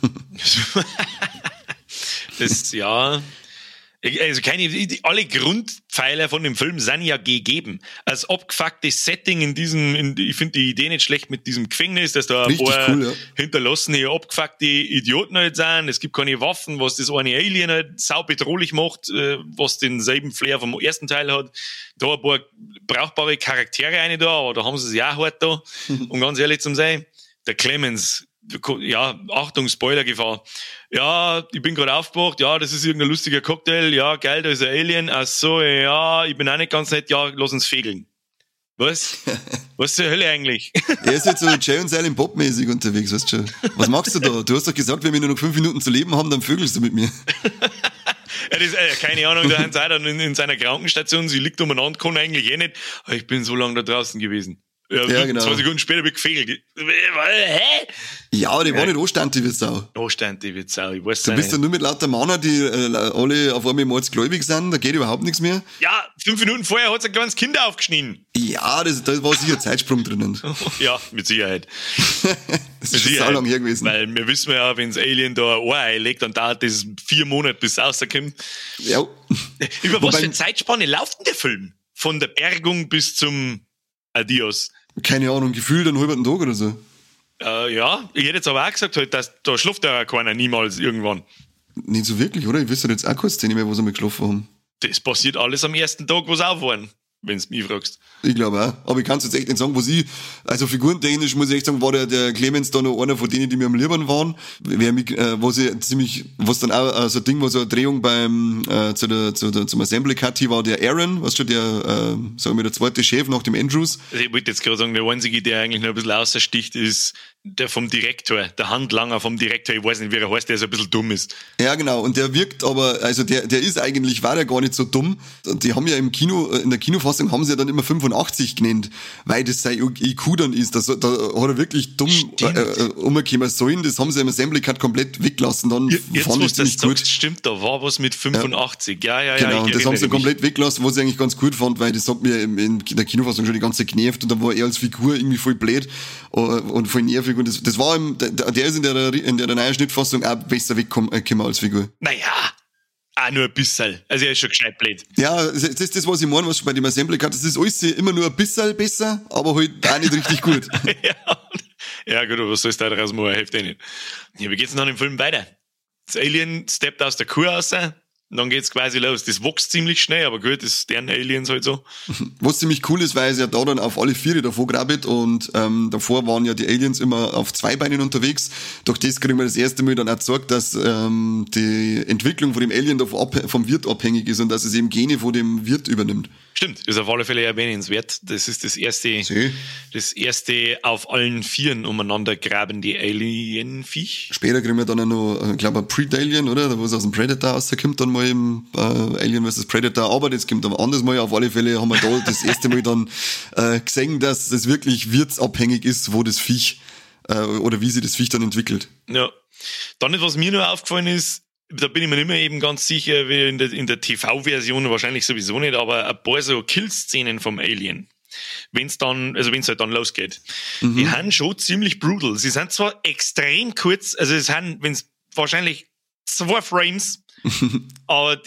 Das, ja... Also alle Grundpfeiler von dem Film sind ja gegeben. Als abgefucktes Setting ich finde die Idee nicht schlecht mit diesem Gefängnis, dass da ein paar hinterlassene, abgefuckte Idioten halt sind. Es gibt keine Waffen, was das eine Alien halt saubedrohlich macht, was denselben Flair vom ersten Teil hat. Da ein paar brauchbare Charaktere rein da, aber da haben sie es ja auch hart da. Und ganz ehrlich zum sein, der Clemens, ja, Achtung, Spoilergefahr. Ja, ich bin gerade aufgewacht, ja, das ist irgendein lustiger Cocktail, ja, geil, da ist ein Alien, ach so, ja, ich bin auch nicht ganz nett, ja, lass uns fegeln. Was? Was zur Hölle eigentlich? Er ist jetzt so Jay und Silent Bob mäßig unterwegs, weißt du schon. Was machst du da? Du hast doch gesagt, wenn wir nur noch 5 Minuten zu leben haben, dann vögelst du mit mir. Ja, das, keine Ahnung, da haben sie auch dann in seiner Krankenstation, sie liegt umeinander, kann eigentlich eh nicht, aber ich bin so lange da draußen gewesen. Ja, genau. 2 Sekunden später wird gefegelt. Hä? Ja, aber die war nicht anständig wie Sau. Anständig wie Sau, ich weiß nicht. Du bist ja nur mit lauter Männer, die alle auf einmal mordsgläubig sind, da geht überhaupt nichts mehr. Ja, 5 Minuten vorher hat es ein kleines Kind aufgeschnitten. Ja, da war sicher Zeitsprung drinnen. Ja, mit Sicherheit. Das ist schon so lang her gewesen. Weil wir wissen ja, wenn das Alien da ein Ohr einlegt, dann dauert das 4 Monate, bis es rauskommt. Ja. Über was für eine Zeitspanne läuft denn der Film? Von der Bergung bis zum Adios. Keine Ahnung, gefühlt einen halben Tag oder so. Ja, ich hätte jetzt aber auch gesagt, halt, dass da schläft ja keiner niemals irgendwann. Nicht so wirklich, oder? Ich wüsste jetzt auch kurz nicht mehr, wo sie mal geschlafen haben. Das passiert alles am ersten Tag, wo sie aufwachen, wenn du mich fragst. Ich glaube auch. Aber ich kann es jetzt echt nicht sagen, also figurentechnisch muss ich echt sagen, war der Clemens da noch einer von denen, die mir am liebsten waren. Was dann auch so ein Ding war, so eine Drehung zum Assembly Cut hier war der Aaron, weißt du, sagen wir der zweite Chef nach dem Andrews. Also ich wollte jetzt gerade sagen, der einzige, der eigentlich noch ein bisschen außersticht, ist der vom Direktor, der Handlanger vom Direktor, ich weiß nicht, wie er heißt, der so ein bisschen dumm ist. Ja, genau, und der wirkt aber, also der ist eigentlich, war der gar nicht so dumm. Die haben ja im Kino, in der Kinofassung haben sie ja dann immer 85 genannt, weil das sein IQ dann ist. Da hat er wirklich dumm umgekommen sollen, das haben sie im Assembly Cut komplett weggelassen. Dann jetzt, fand ich ziemlich gut. Stimmt, da war was mit 85. Ja. Genau, das haben sie komplett weggelassen, was ich eigentlich ganz gut fand, weil das hat mir in der Kinofassung schon die ganze Zeit genervt und dann war er als Figur irgendwie voll blöd und voll nervig und das war der ist in der neuen Schnittfassung auch besser weggekommen als Figur. Naja, auch nur ein bisschen. Also er ist schon gescheit blöd. Ja, das ist das, was ich meine, was bei dem Assembly Cut, das ist alles immer nur ein bisschen besser, aber halt auch nicht richtig gut. Ja gut, aber was sollst du da daraus machen? Hilft eh nicht. Ja, wie geht's denn dann im Film weiter? Das Alien steppt aus der Kuh raus, und dann geht's quasi los. Das wächst ziemlich schnell, aber gut, das ist deren Aliens halt so. Was ziemlich cool ist, weil es ja da dann auf alle 4 davor grabbelt und davor waren ja die Aliens immer auf 2 Beinen unterwegs. Durch das kriegen wir das erste Mal dann auch gesagt, dass die Entwicklung von dem Alien vom Wirt abhängig ist und dass es eben Gene von dem Wirt übernimmt. Stimmt, ist auf alle Fälle erwähnenswert. Das ist das erste auf allen 4 umeinander grabende Alien-Viech. Später kriegen wir dann auch noch, ich glaube, ein Predalien, oder? Da wo es aus dem Predator rauskommt, dann mal im Alien vs. Predator. Aber das kommt aber anders mal. Auf alle Fälle haben wir da das erste Mal dann gesehen, dass das wirklich wirtsabhängig ist, wo das Viech oder wie sich das Viech dann entwickelt. Ja. Dann, was mir nur aufgefallen ist, da bin ich mir nicht mehr eben ganz sicher, wie in der TV-Version wahrscheinlich sowieso nicht, aber ein paar so Kill-Szenen vom Alien. Wenn's halt dann losgeht. Die haben schon ziemlich brutal. Sie sind zwar extrem kurz, also es sind, wenn's wahrscheinlich 2 Frames, aber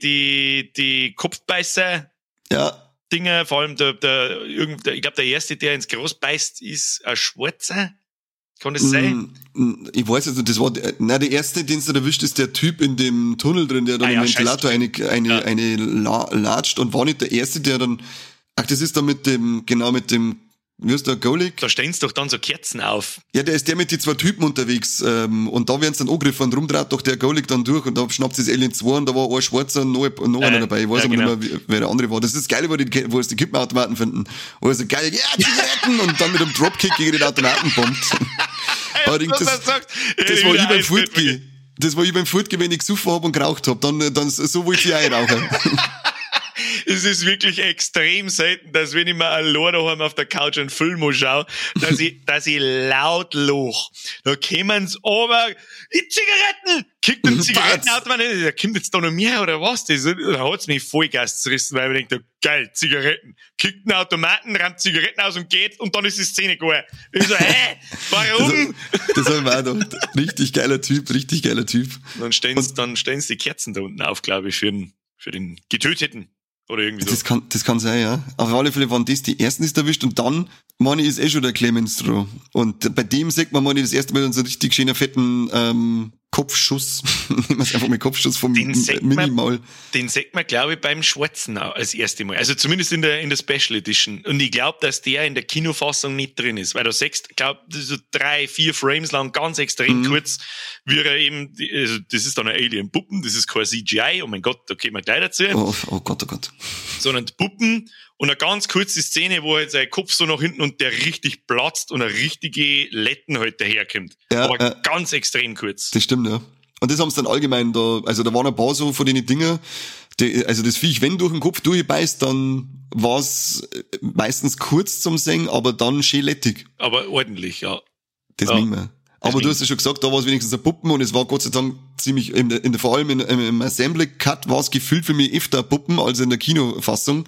die Kopfbeißer, ja. Dinge, vor allem ich glaube, der erste, der ins Gras beißt, ist ein Schwarzer. Kann das sein? Ich weiß jetzt nicht, das war, der erste, den du erwischt, ist der Typ in dem Tunnel drin, der dann im Ventilator eine latscht und war nicht der erste, der dann, das ist dann mit dem, wie heißt der, Golik? Da stehen doch dann so Kerzen auf. Ja, der ist der mit die zwei Typen unterwegs, und da werden sie dann angegriffen und rumdreht doch der Golik dann durch und da schnappt sie das Alien 2 und da war ein Schwarzer und noch einer dabei. Ich weiß aber nicht mehr, wer der andere war. Das ist das Geile, wo es die Kippenautomaten finden. Wo er so geil, ja, Zigaretten und dann mit einem Dropkick gegen den Automaten bombt. Das war ich beim Furtgehen. Das war ich beim Furtgehen, wenn ich gesoffen hab und geraucht hab. Dann so wollte ich auch rauchen. Es ist wirklich extrem selten, dass wenn ich mir allein daheim auf der Couch einen Film anschaue, dass ich laut loch. Da kommen sie runter, die Zigaretten! Kickt den Zigarettenautomat, da kommt jetzt da noch mehr oder was? Da hat's mich Vollgas zerrissen, weil ich denke, geil, Zigaretten. Kickt den Automaten, rammt Zigaretten aus und geht und dann ist die Szene gegangen. Ich so, warum? Das haben wir auch noch. Richtig geiler Typ. Dann stehen sie die Kerzen da unten auf, glaube ich, für den Getöteten. Oder irgendwie so. Das kann sein, ja. Auf alle Fälle waren das die ersten, die es erwischt und dann, meine ich, ist schon der Clemens dran. Und bei dem sagt man, meine ich, das erste Mal so einen richtig schönen fetten, Kopfschuss. Nehmen wir es einfach mit Kopfschuss vom Minimal. Den sagt man, glaube ich, beim Schwarzen als erste Mal. Also zumindest in der Special Edition. Und ich glaube, dass der in der Kinofassung nicht drin ist. Weil du sagst, glaube so 3-4 Frames lang, ganz extrem kurz, wie er eben, also das ist dann ein Alien-Puppen, das ist kein CGI, oh mein Gott, da kommen wir gleich dazu. Oh Gott. Sondern die Puppen und eine ganz kurze Szene, wo halt sein Kopf so nach hinten und der richtig platzt und eine richtige Letten halt daherkommt. Ja, aber ganz extrem kurz. Das stimmt, ja. Und das haben sie dann allgemein da, also da waren ein paar so von den Dinger, also das Viech, wenn durch den Kopf durchbeißt, dann war es meistens kurz zum Singen, aber dann schön lettig. Aber ordentlich, ja. Das nicht mehr. Aber du hast ja schon gesagt, da war es wenigstens ein Puppen und es war Gott sei Dank ziemlich, vor allem im Assembly-Cut war es gefühlt für mich öfter Puppen als in der Kinofassung.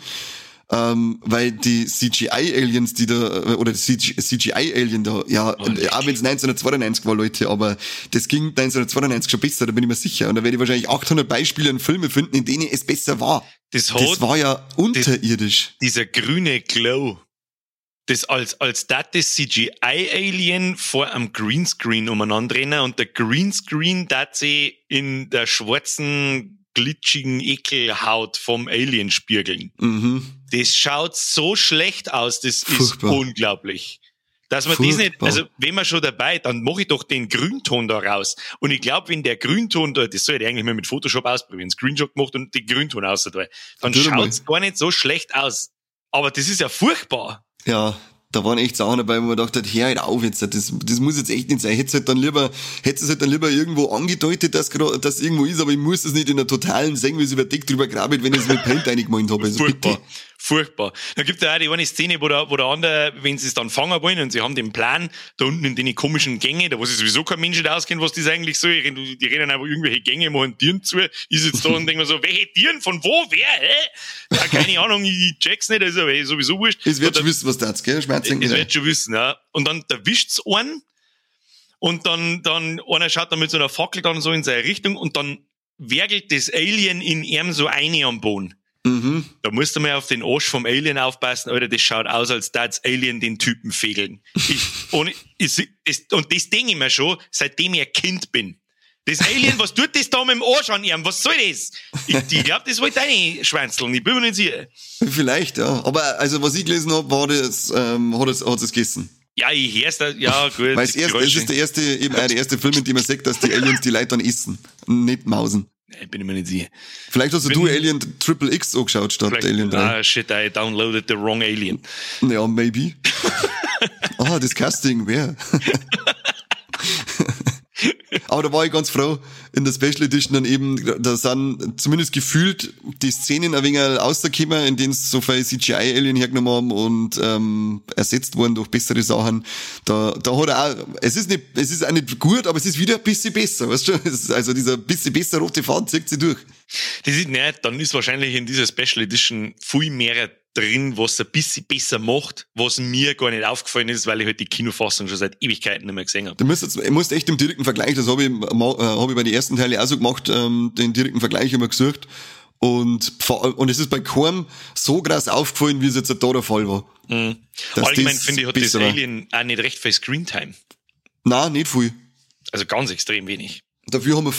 Weil die CGI-Aliens, oder die CGI-Alien da, ja, auch wenn es 1992 war, Leute, aber das ging 1992 schon besser, da bin ich mir sicher. Und da werde ich wahrscheinlich 800 Beispiele und Filme finden, in denen es besser war. Das war ja unterirdisch. Dieser grüne Glow. Das als das CGI-Alien vor einem Greenscreen umeinander rennen und der Greenscreen dat sie in der schwarzen glitschigen Ekelhaut vom Alien spiegeln. Das schaut so schlecht aus, das Furchtbar. Ist unglaublich. Dass man das nicht, also wenn man schon dabei, dann mache ich doch den Grünton da raus. Und ich glaube, wenn der Grünton da, das soll ich eigentlich mal mit Photoshop ausprobieren, Screenshot gemacht und den Grünton aus da, dann schaut's gar nicht so schlecht aus. Aber das ist ja furchtbar. Ja, da waren echt Sachen dabei, wo man dachte, hör halt auf jetzt, das muss jetzt echt nicht sein. Hätte es halt dann lieber irgendwo angedeutet, dass irgendwo ist, aber ich muss das nicht in einer totalen Seng, wie es über Deck drüber grabelt, wenn ich es mit Paint eingemalt habe. Also Furchtbar. Dann gibt es ja auch die eine Szene, wo der andere, wenn sie es dann fangen wollen und sie haben den Plan, da unten in den komischen Gänge, da wo sich sowieso kein Mensch auskennt, was das eigentlich soll, die rennen einfach irgendwelche Gänge, machen Tieren zu, ich sitze da und denke mir so, welche Tieren, von wo, wer, Ja, keine Ahnung, ich check's nicht, also sowieso wurscht. Es wird schon wissen, was das, gell, Schmerzen. Es wird schon wissen, ja. Und dann erwischt's einen und dann einer schaut dann mit so einer Fackel dann so in seine Richtung und dann wergelt das Alien in ihm so eine am Boden. Da musst du mal auf den Arsch vom Alien aufpassen, Alter, das schaut aus, als das Alien den Typen fegeln. Und das denke ich mir schon, seitdem ich ein Kind bin. Das Alien, was tut das da mit dem Arsch an ihm? Was soll das? Ich glaube, das wollte deine Schwänzeln, ich bin mir nicht sicher. Vielleicht, ja. Aber also was ich gelesen habe, war das, hat es gegessen. Ja, ich hör's da, ja, gut. Weil es ist der erste Film, in dem man sagt, dass die Aliens die Leute dann essen, nicht mausen. Nee, bin ich mir nicht sicher. Vielleicht hast du Alien Triple X angeschaut statt Alien 3. Ah, shit, I downloaded the wrong Alien. Ja, maybe. Das Casting, wer? Aber da war ich ganz froh, in der Special Edition dann eben, da sind zumindest gefühlt die Szenen ein wenig rausgekommen, in denen sie so viel CGI-Alien hergenommen haben und ersetzt worden durch bessere Sachen. Da hat er auch, es ist auch nicht gut, aber es ist wieder ein bisschen besser, weißt du? Also dieser bisschen besser rote Faden zieht sich durch. Das ist nicht, dann ist wahrscheinlich in dieser Special Edition viel mehr drin, was ein bisschen besser macht, was mir gar nicht aufgefallen ist, weil ich halt die Kinofassung schon seit Ewigkeiten nicht mehr gesehen habe. Du musst echt im direkten Vergleich, das habe ich bei den ersten Teilen auch so gemacht, den direkten Vergleich immer gesucht und es ist bei keinem so krass aufgefallen, wie es jetzt da der Fall war. Allgemein finde ich, hat das Alien auch nicht recht viel Screentime. Nein, nicht viel. Also ganz extrem wenig. Dafür haben wir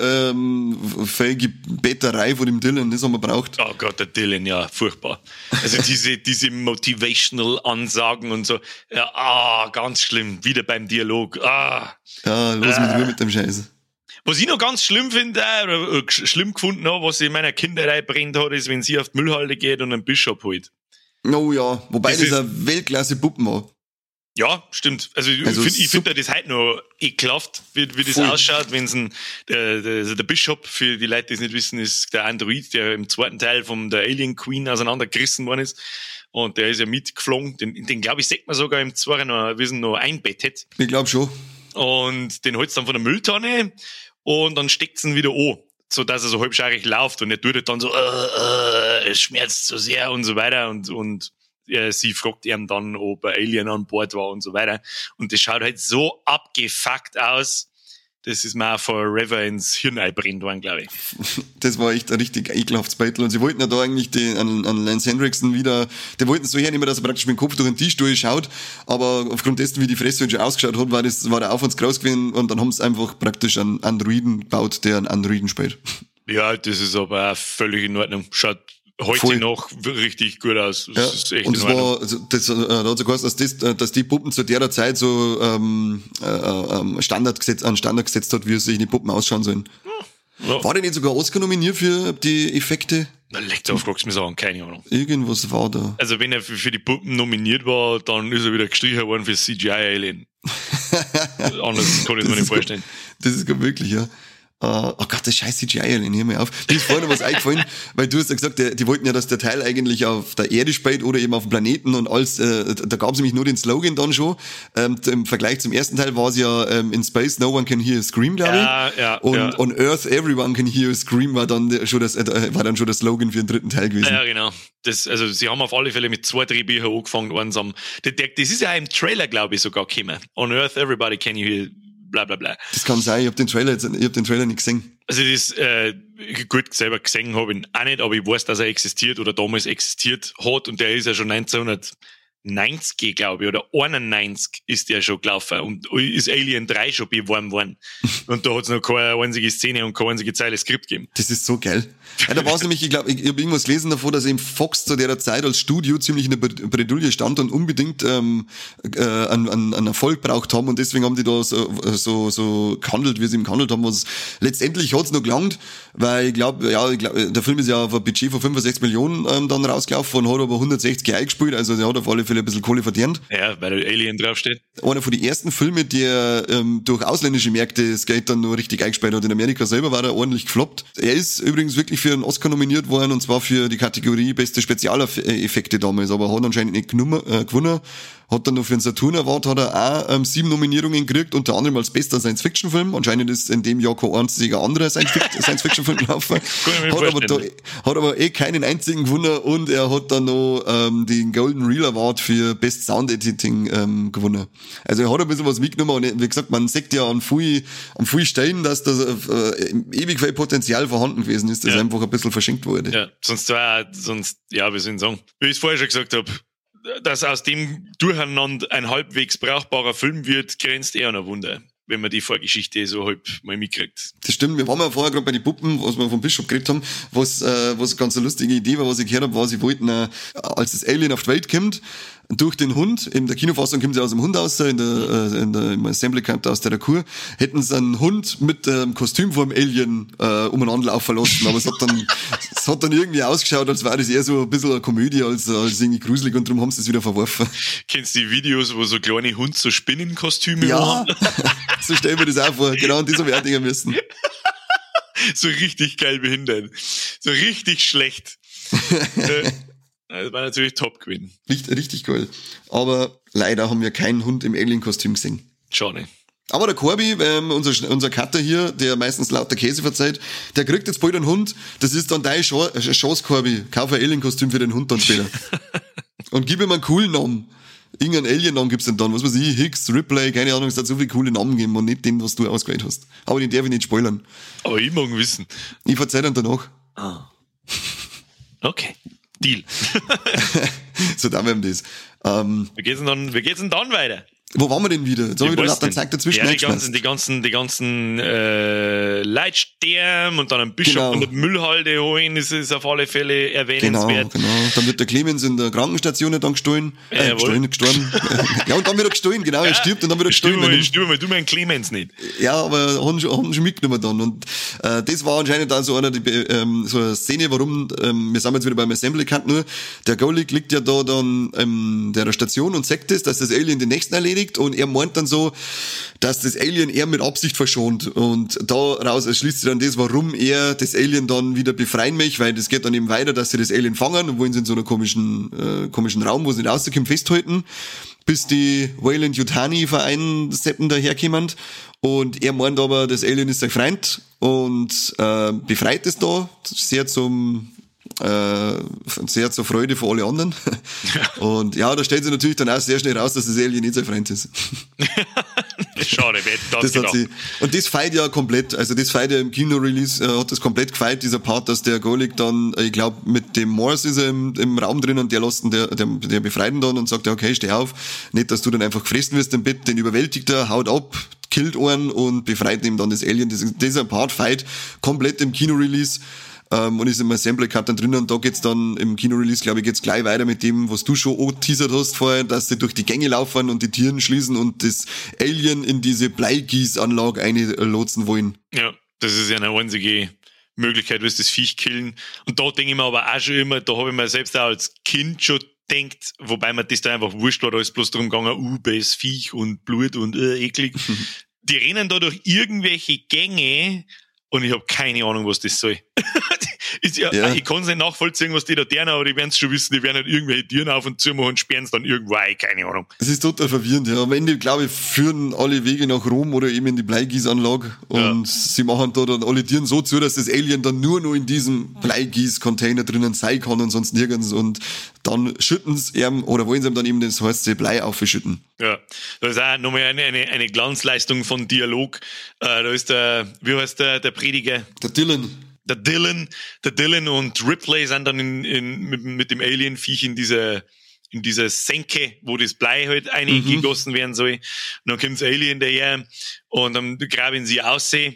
viel Gebetterei von dem Dylan, das haben wir braucht. Oh Gott, der Dylan, ja, furchtbar. Also diese Motivational Ansagen und so, ja, ganz schlimm, wieder beim Dialog, Ja, los mit dem Scheiß. Was ich noch ganz schlimm finde, oder schlimm gefunden habe, was in meiner Kinderei brennt hat, ist, wenn sie auf die Müllhalde geht und einen Bishop holt. Oh ja, wobei das eine Weltklasse-Puppen war. Ja, stimmt. Also ich finde das heute noch ekelhaft, wie das ausschaut, wenn der Bishop, für die Leute, die es nicht wissen, ist der Android, der im zweiten Teil von der Alien Queen auseinandergerissen worden ist. Und der ist ja mitgeflogen. Den glaube ich, sieht man sogar im zweiten noch, wir sind noch einbettet. Ich glaube schon. Und den holt's dann von der Mülltonne und dann steckt's ihn wieder an, so dass er so halbscharig läuft und er tut halt dann so, es schmerzt so sehr und so weiter und sie fragt ihn dann, ob ein Alien an Bord war und so weiter. Und das schaut halt so abgefuckt aus, das ist mir auch forever ins Hirn einbrennt worden, glaube ich. Das war echt ein richtig ekelhaftes Battle. Und sie wollten ja da eigentlich an Lance Henriksen wieder, die wollten so hernehmen, dass er praktisch mit dem Kopf durch den Tisch durchschaut. Aber aufgrund dessen, wie die Fresse schon ausgeschaut hat, war der Aufwand groß gewesen. Und dann haben sie einfach praktisch einen Androiden gebaut, der einen Androiden spielt. Ja, das ist aber auch völlig in Ordnung. Schaut heute noch richtig gut aus. Das ist echt und das war, da hat so geheißen, dass die Puppen zu der Zeit so Standard gesetzt hat, wie sich die Puppen ausschauen sollen. Ja. War der nicht sogar Oscar nominiert für die Effekte? Na, leg auf, guck's mir sagen, keine Ahnung. Irgendwas war da. Also wenn er für die Puppen nominiert war, dann ist er wieder gestrichen worden für CGI-Alien. Anders kann ich mir nicht vorstellen. Das ist gar wirklich, ja. Oh Gott, das scheiß CGI-Alien, hör mal auf. Mir ist vorhin noch was eingefallen, weil du hast ja gesagt, die wollten ja, dass der Teil eigentlich auf der Erde spielt oder eben auf dem Planeten und alles, da gab es nämlich nur den Slogan dann schon. Im Vergleich zum ersten Teil war es ja in Space no one can hear a scream, glaube ich. Ja, und on Earth everyone can hear a scream war dann schon das Slogan für den dritten Teil gewesen. Ja, genau. Also sie haben auf alle Fälle mit 2 Drehbüchern angefangen. Das ist ja im Trailer, glaube ich, sogar gekommen. On Earth everybody can hear bla bla bla. Das kann sein, ich hab den Trailer nicht gesehen. Also das, gut, selber gesehen habe ich ihn auch nicht, aber ich weiß, dass er existiert oder damals existiert hat und der ist ja schon 1990, glaube ich, oder 91 ist der schon gelaufen und ist Alien 3 schon beworben worden. Und da hat es noch keine einzige Szene und keine einzige Zeile Skript gegeben. Das ist so geil. Ja, da war es nämlich, ich habe irgendwas gelesen davon, dass eben Fox zu der Zeit als Studio ziemlich in der Bredouille stand und unbedingt einen Erfolg braucht haben und deswegen haben die da so gehandelt, wie sie ihm gehandelt haben. Was letztendlich hat's noch gelangt, weil ich glaube, der Film ist ja auf ein Budget von 65 Millionen dann rausgelaufen und hat aber 160 eingespielt, also der hat auf alle Fälle ein bisschen Kohle verdient. Ja, weil Alien draufsteht. Einer von den ersten Filmen, der durch ausländische Märkte das Geld dann nur richtig eingespielt hat. In Amerika selber war er ordentlich gefloppt. Er ist übrigens wirklich für einen Oscar nominiert worden, und zwar für die Kategorie beste Spezialeffekte damals, aber hat anscheinend nicht gewonnen. Hat dann noch für den Saturn Award hat er auch 7 Nominierungen gekriegt, unter anderem als bester Science-Fiction-Film. Anscheinend ist in dem Jahr kein einziger anderer Science-Fiction-Film gelaufen. Hat aber keinen einzigen gewonnen und er hat dann noch den Golden Reel Award für Best Sound Editing gewonnen. Also er hat ein bisschen was mitgenommen und wie gesagt, man sieht ja an vielen Stellen, dass da ewig viel Potenzial vorhanden gewesen ist, das einfach ein bisschen verschenkt wurde. Ja, wie soll ich sagen, wie ich es vorher schon gesagt habe, dass aus dem Durcheinander ein halbwegs brauchbarer Film wird, grenzt eher an ein Wunder, wenn man die Vorgeschichte so halb mal mitkriegt. Das stimmt, wir waren ja vorher gerade bei den Puppen, was wir vom Bishop geredet haben, was eine ganz lustige Idee war, was ich gehört habe, war, sie wollten, als das Alien auf die Welt kommt, durch den Hund, in der Kinofassung kommt sie aus dem Hund raus, im Assembly Camp aus der Kur, hätten sie einen Hund mit Kostüm vom Alien umeinander laufen lassen, aber es hat dann irgendwie ausgeschaut, als wäre das eher so ein bisschen eine Komödie als irgendwie gruselig und darum haben sie es wieder verworfen. Kennst du die Videos, wo so kleine Hunde so Spinnenkostüme haben? Ja, so stellen wir das auch vor, genau an dieser Wertung müssen. So richtig geil behindert. So richtig schlecht. Das war natürlich top gewesen. Richtig cool. Aber leider haben wir keinen Hund im Alien-Kostüm gesehen. Schade. Aber der Corby, unser Cutter hier, der meistens lauter Käse verzeiht, der kriegt jetzt bald einen Hund. Das ist dann deine Chance, Corby. Kauf ein Alien-Kostüm für den Hund dann später. Und gib ihm einen coolen Namen. Irgendeinen Alien-Namen gibt's denn dann. Was weiß ich, Hicks, Ripley, keine Ahnung, es hat so viele coole Namen gegeben und nicht den, was du ausgewählt hast. Aber den darf ich nicht spoilern. Aber ich mag wissen. Ich verzeih dann danach. Ah. Okay. Deal. So, da werden wir das. Wie geht's denn dann weiter? Wo waren wir denn wieder? Jetzt habe ich wieder lauter Zeit dazwischen die ganzen Leitstern und dann ein Bischof und eine Müllhalde holen, das ist auf alle Fälle erwähnenswert. Genau. Dann wird der Clemens in der Krankenstation dann gestorben. Ja, und dann wieder gestohlen, genau. Er stirbt und dann wieder gestohlen. Stirb, du mein Clemens nicht. Ja, aber haben schon mitgenommen dann. Und das war anscheinend auch so so eine Szene, warum, wir sind jetzt wieder beim Assembly Cut nur, der Golik liegt ja da dann der Station und sagt das, dass das Alien den nächsten erledigt. Und er meint dann so, dass das Alien er mit Absicht verschont. Und daraus erschließt sich dann das, warum er das Alien dann wieder befreien möchte, weil das geht dann eben weiter, dass sie das Alien fangen und wollen sie in so einer komischen Raum, wo sie nicht rauskommen, festhalten, bis die Weyland-Yutani-Verein-Seppen daherkommen. Und er meint aber, das Alien ist sein Freund und befreit es da, sehr zur Freude für alle anderen. Und ja, da stellt sich natürlich dann auch sehr schnell raus, dass das Alien nicht sein Freund ist. Schade, wer hätte das gedacht. Und das feiert ja komplett, also das feiert ja im Kino-Release, hat das komplett gefeiert, dieser Part, dass der Golik dann, ich glaube, mit dem Morse ist er im Raum drin und der befreit ihn dann und sagt, ja, okay, steh auf, nicht, dass du dann einfach gefressen wirst im Bett, den überwältigt er, haut ab, killt einen und befreit ihm dann das Alien. Dieser Part feiert komplett im Kino-Release. Und ist im Assembly Cut dann drin und da geht's dann im Kino-Release, glaube ich, geht's gleich weiter mit dem, was du schon angeteasert hast vorher, dass sie durch die Gänge laufen und die Türen schließen und das Alien in diese Bleigießanlage einlotsen wollen. Ja, das ist ja eine einzige Möglichkeit, wirst das Viech killen. Und da denke ich mir aber auch schon immer, da habe ich mir selbst auch als Kind schon denkt, wobei mir das da einfach wurscht war, da ist bloß drum gegangen, böses Viech und Blut und eklig. Die rennen da durch irgendwelche Gänge und ich habe keine Ahnung, was das soll. Ich kann es nicht nachvollziehen, was die da tun, aber die werden es schon wissen, die werden halt irgendwelche Türen auf und zu machen und sperren es dann irgendwo ein, keine Ahnung. Es ist total verwirrend, ja. Am Ende, glaube ich, führen alle Wege nach Rom oder eben in die Bleigießanlage und sie machen da dann alle Türen so zu, dass das Alien dann nur noch in diesem Bleigieß-Container drinnen sein kann und sonst nirgends und dann schütten sie ihm oder wollen sie ihm dann eben das heiße Blei aufschütten. Ja, da ist auch nochmal eine Glanzleistung von Dialog. Da ist wie heißt der Prediger? Der Dylan. Der Dylan und Ripley sind dann mit dem Alien-Viech in dieser Senke, wo das Blei halt eingegossen werden soll. Und dann kommt das Alien daher und dann graben sie aussehen.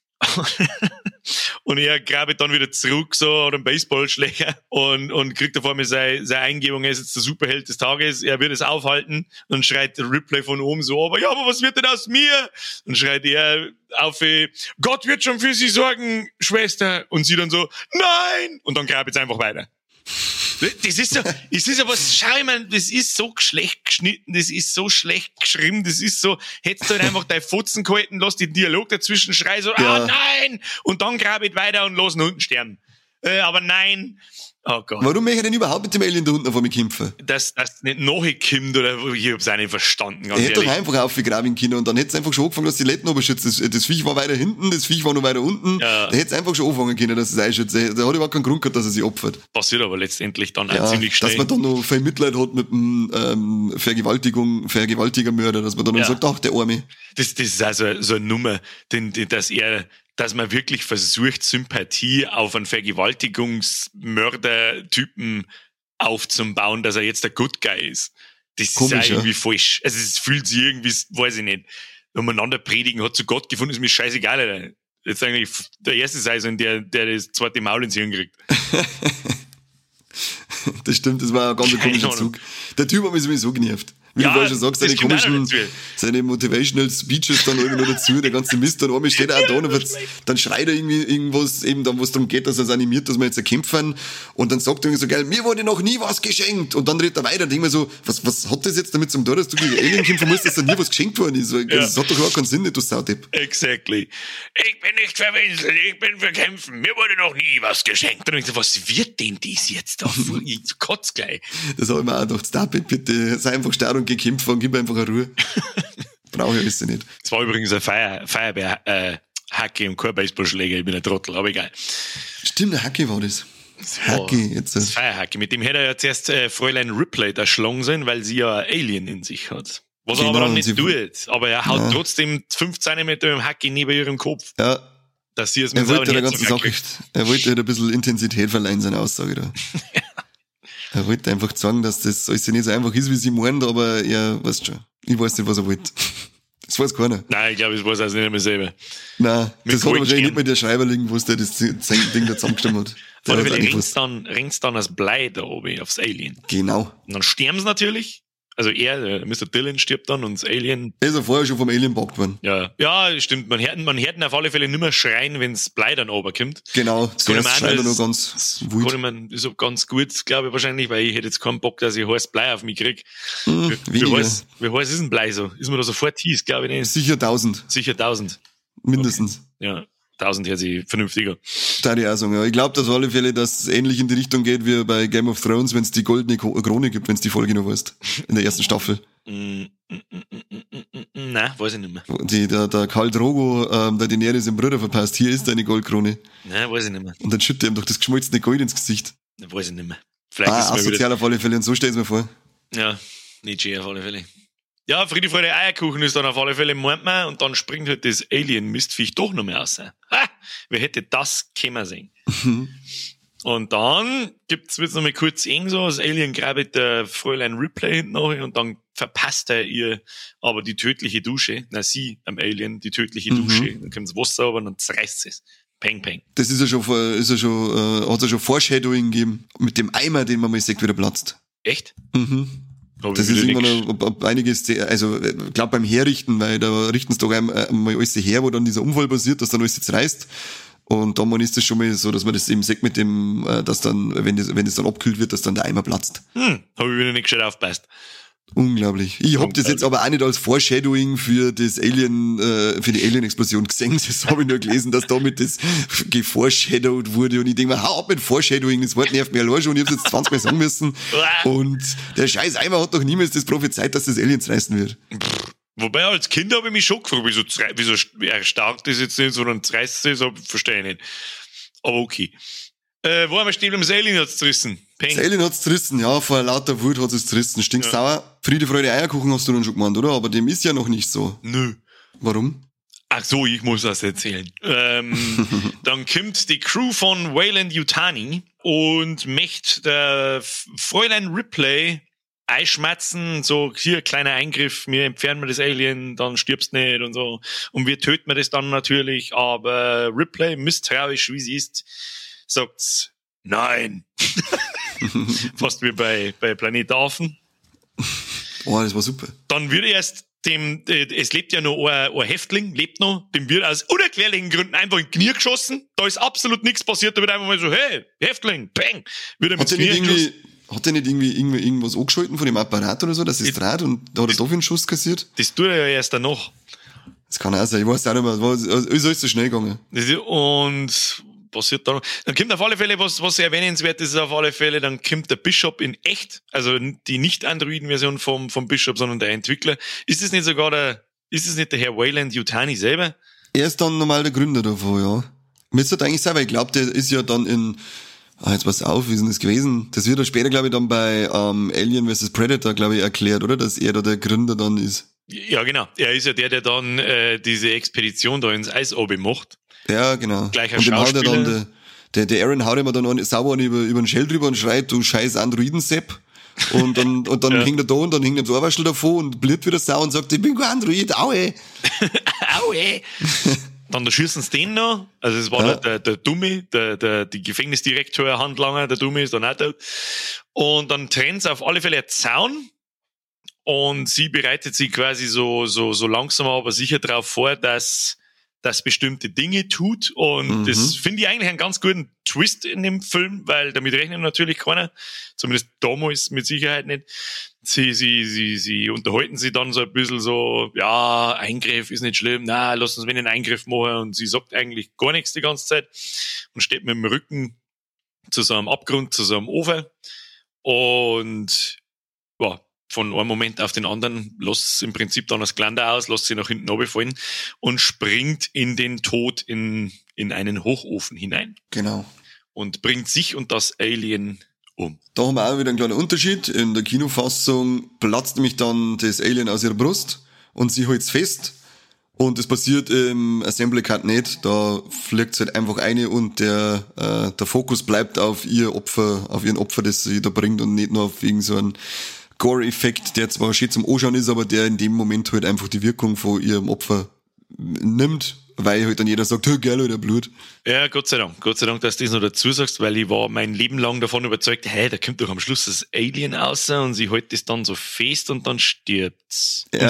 Und er grabt dann wieder zurück, so, oder einen Baseballschläger und kriegt auf einmal seine Eingebung, er ist jetzt der Superheld des Tages, er wird es aufhalten. Dann schreit der Ripley von oben so, aber was wird denn aus mir? Dann schreit er auf, Gott wird schon für sie sorgen, Schwester. Und sie dann so, nein! Und dann grabt es einfach weiter. Das ist aber, schau ich mal, das ist so schlecht geschnitten, das ist so schlecht geschrieben, das ist so, hättest du halt einfach dein Fotzen gehalten, lass den Dialog dazwischen, schrei so, nein! Und dann grabit weiter und los unten sterben. Aber nein. Oh Gott. Warum möchte ich denn überhaupt mit dem Alien da unten vor mir kämpfen? Dass nicht nachkommt oder ich hab's auch nicht verstanden, ganz ehrlich. Er hätte doch einfach aufgegraben können und dann hätte es einfach schon angefangen, dass die Letten beschützt. Das Viech war weiter hinten, das Viech war noch weiter unten. Ja. Da hätte es einfach schon anfangen können, dass es einschützt. Da hat überhaupt keinen Grund gehabt, dass er sich opfert. Passiert aber letztendlich dann auch ziemlich schnell. Dass man dann noch viel Mitleid hat mit dem Vergewaltigermörder, dass man dann sagt, ach, der Arme. Das ist also so eine Nummer, dass man wirklich versucht, Sympathie auf einen Vergewaltigungsmörder-Typen aufzubauen, dass er jetzt der Good Guy ist. Das komisch, ist ja irgendwie falsch. Also es fühlt sich irgendwie, weiß ich nicht, umeinander predigen, hat zu Gott gefunden, ist mir scheißegal, Alter. Jetzt eigentlich der erste Saison, der das zweite Maul ins Hirn kriegt. Das stimmt, das war ein ganz komischer Zug. Der Typ hat mich sowieso genervt. Wie du schon sagst, seine Motivational Speeches dann irgendwie noch dazu, der ganze Mist, dann einmal steht er auch da und dann schreit er irgendwie irgendwas, eben dann, was darum geht, dass er es animiert, dass wir jetzt kämpfen und dann sagt er irgendwie so, geil, mir wurde noch nie was geschenkt und dann redet er weiter und denkt mir so, was hat das jetzt damit zum tun, dass du gegen Alien kämpfen musst, dass da nie was geschenkt worden ist? Das hat doch gar keinen Sinn, nicht, du Saudepp. Exactly. Ich bin nicht verwechselt, ich bin für Kämpfen, mir wurde noch nie was geschenkt. Und ich so, was wird denn dies jetzt da? Ich kotz gleich. Das habe ich mir auch gedacht, stop it, bitte, sei einfach starr und gekämpft und gib einfach eine Ruhe. Brauche ich alles nicht. Das war übrigens ein Feuerwehr-Hacke und kein Baseballschläger, ich bin ein Trottel, aber egal. Stimmt, der Hacke war das. Hacke jetzt. Das Feierhacke. Mit dem hätte er ja zuerst Fräulein Ripley erschlagen sollen, weil sie ja Alien in sich hat. Was er aber dann nicht tut. Aber er haut trotzdem 5 Zentimeter mit dem Hacke neben ihrem Kopf. Ja. Dass sie es mit er wollte halt ein bisschen Intensität verleihen, seine Aussage da. Er wollte einfach sagen, dass das alles nicht so einfach ist, wie sie meint, aber er, weißt schon. Ich weiß nicht, was er wollte. Das weiß keiner. Nein, ich glaube, ich weiß es nicht mehr selber. Nein, Mit das hat wahrscheinlich Goldstern. nicht mal der Schreiber liegen, wo der das Ding da zusammengestimmt hat. Der Auf hat's jeden Fall angefasst. ringt's dann als Blei da oben aufs Alien. Genau. Und dann sterben sie natürlich. Also der Mr. Dillon stirbt dann und das Alien. Er ist ja vorher schon vom Alien gepackt worden. Ja, stimmt. Man hört ihn auf alle Fälle nicht mehr schreien, wenn's Blei dann runterkommt. Genau, Das kann der ich mir auch schreit noch- noch ganz Kann wild. ich mir, ist auch ganz gut, glaube ich, wahrscheinlich, weil ich hätte jetzt keinen Bock, dass ich heiß Blei auf mich krieg. Wie Weniger. heiß ist ein Blei so? Ist mir da sofort hieß, glaube ich nicht. Sicher 1000, Sicher 1000. mindestens. Ja, 1000 hört sich vernünftiger. Da die auch sagen, ja. Ich glaube, dass auf alle Fälle, dass es ähnlich in die Richtung geht wie bei Game of Thrones, wenn es die goldene Krone gibt, wenn es die Folge noch weißt. In der ersten Staffel. Nein, weiß ich nicht mehr. Der Khal Drogo, der Daenerys im Bruder verpasst. Hier ist deine Goldkrone. Nein, weiß ich nicht mehr. Und dann schüttet er ihm doch das geschmolzene Gold ins Gesicht. Weiß ich nicht mehr. Vielleicht ist es mir Asozial auf alle Fälle. Und so stell's mir vor. wieder. Ja, nicht schön auf alle Fälle. Ja, Friede, Freude, Eierkuchen ist dann auf alle Fälle, meint man, und dann springt halt das Alien-Mistviech doch noch mehr raus. Ha! Wer hätte das können sehen? Und dann wird's noch mal kurz eng so, das Alien grabt der Fräulein Ripley hinten nach und dann verpasst er ihr aber die tödliche Dusche. Sie am Alien, die tödliche Dusche. Dann kommt das Wasser aber und dann zerreißt sie es. Peng, peng. Das hat's ja schon Foreshadowing gegeben. Mit dem Eimer, den man mal sieht, wieder platzt. Echt? Hab Das ich ist wieder irgendwann nix. einiges, also, ich glaube beim Herrichten, weil da richten sie doch einmal alles her, wo dann dieser Unfall passiert, dass dann alles jetzt reißt. Und dann ist das schon mal so, dass man das eben sieht mit dem, dass dann, wenn das dann abkühlt wird, dass dann der Eimer platzt. Hab ich wieder nicht gescheit aufgepasst. Unglaublich. Ich hab das jetzt aber auch nicht als Foreshadowing für das Alien, für die Alien-Explosion gesehen. Das habe ich nur gelesen, dass damit das geforeshadowed wurde. Und ich denke mir, hau ab mit Foreshadowing, das Wort nervt mir allein schon. Ich hab's jetzt 20 Mal sagen müssen. Und der scheiß Eimer hat doch niemals das prophezeit, dass das Aliens reißen wird. Wobei als Kind habe ich mich schon gefragt, wieso er stark das jetzt nicht, sondern zerreißt es, verstehe ich nicht. Aber okay. Wo haben wir stehen, das Alien hat's zerrissen. Peng. Das Alien hat's zerrissen, ja, vor lauter Wut hat es zerrissen. Stinksauer. Friede, Freude, Eierkuchen hast du dann schon gemeint, oder? Aber dem ist ja noch nicht so. Nö. Warum? Ach so, ich muss das erzählen. Dann kommt die Crew von Weyland-Yutani und möchte der Fräulein Ripley einschmatzen, so, hier, kleiner Eingriff, wir entfernen das Alien, dann stirbst nicht und so. Und wir töten wir das dann natürlich, aber Ripley, misstrauisch wie sie ist, sagt nein. Fast wie bei Planet Affen. Oh, das war super. Dann wird erst es lebt ja noch ein Häftling, lebt noch, dem wird aus unerklärlichen Gründen einfach in Knie geschossen. Da ist absolut nichts passiert, da wird einfach mal so, hey, Häftling, bang, wird er mit Hat der nicht irgendwie irgendwas angeschalten von dem Apparat oder so, dass es dreht und da hat er dafür einen Schuss kassiert? Das tut er ja erst danach. Das kann auch sein, ich weiß auch nicht mehr, ist alles so schnell gegangen. Und passiert da noch. Dann kommt auf alle Fälle, was sehr erwähnenswert ist, auf alle Fälle, dann kommt der Bishop in echt, also die Nicht-Androiden-Version vom Bishop, sondern der Entwickler. Ist es nicht der Herr Weyland-Yutani selber? Er ist dann normal der Gründer davon, ja. Müsste eigentlich sein, weil ich glaube, der ist ja dann jetzt pass auf, wie ist denn das gewesen? Das wird ja später, glaube ich, dann bei Alien vs. Predator, glaube ich, erklärt, oder? Dass er da der Gründer dann ist. Ja, genau. Er ist ja der dann diese Expedition da ins Eis oben macht. Ja, genau. Gleicher und dem haut er Schauspieler. dann, der Aaron haut immer dann sauber über den Shell drüber und schreit, du scheiß Androiden-Sepp. Und dann Ja. hängt er da und dann hängt er das Ohrwaschel davor und bliert wieder Sau und sagt, ich bin kein Android, aue. Aue! Dann schießen sie den noch. Also es war Ja. der Dumme, die Gefängnisdirektor Handlanger, der Dumme ist dann auch tot. Und dann trennt sie auf alle Fälle einen Zaun. Und sie bereitet sich quasi so langsam aber sicher darauf vor, dass bestimmte Dinge tut. Und das finde ich eigentlich einen ganz guten Twist in dem Film, weil damit rechnet natürlich keiner. Zumindest damals mit Sicherheit nicht. Sie unterhalten sich dann so ein bisschen so, ja, Eingriff ist nicht schlimm, na, lass uns einen Eingriff machen. Und sie sagt eigentlich gar nichts die ganze Zeit und steht mit dem Rücken zu so einem Abgrund, zu so einem Ofen. Und ja, von einem Moment auf den anderen lässt im Prinzip dann das Glander aus, lässt sie nach hinten runterfallen und springt in den Tod in einen Hochofen hinein Genau. und bringt sich und das Alien um. Da haben wir auch wieder einen kleinen Unterschied. In der Kinofassung platzt nämlich dann das Alien aus ihrer Brust und sie hält's fest. Und das passiert im Assembly Cut nicht. Da fliegt halt einfach eine und der Fokus bleibt auf ihren Opfer, das sie da bringt und nicht nur auf irgend so einen Gore-Effekt, der zwar schön zum Anschauen ist, aber der in dem Moment halt einfach die Wirkung von ihrem Opfer nimmt, weil halt dann jeder sagt, geil, oder Blut. Ja, Gott sei Dank, dass du das noch dazu sagst, weil ich war mein Leben lang davon überzeugt, hey, da kommt doch am Schluss das Alien raus und sie hält das dann so fest und dann stirbt's. Ja,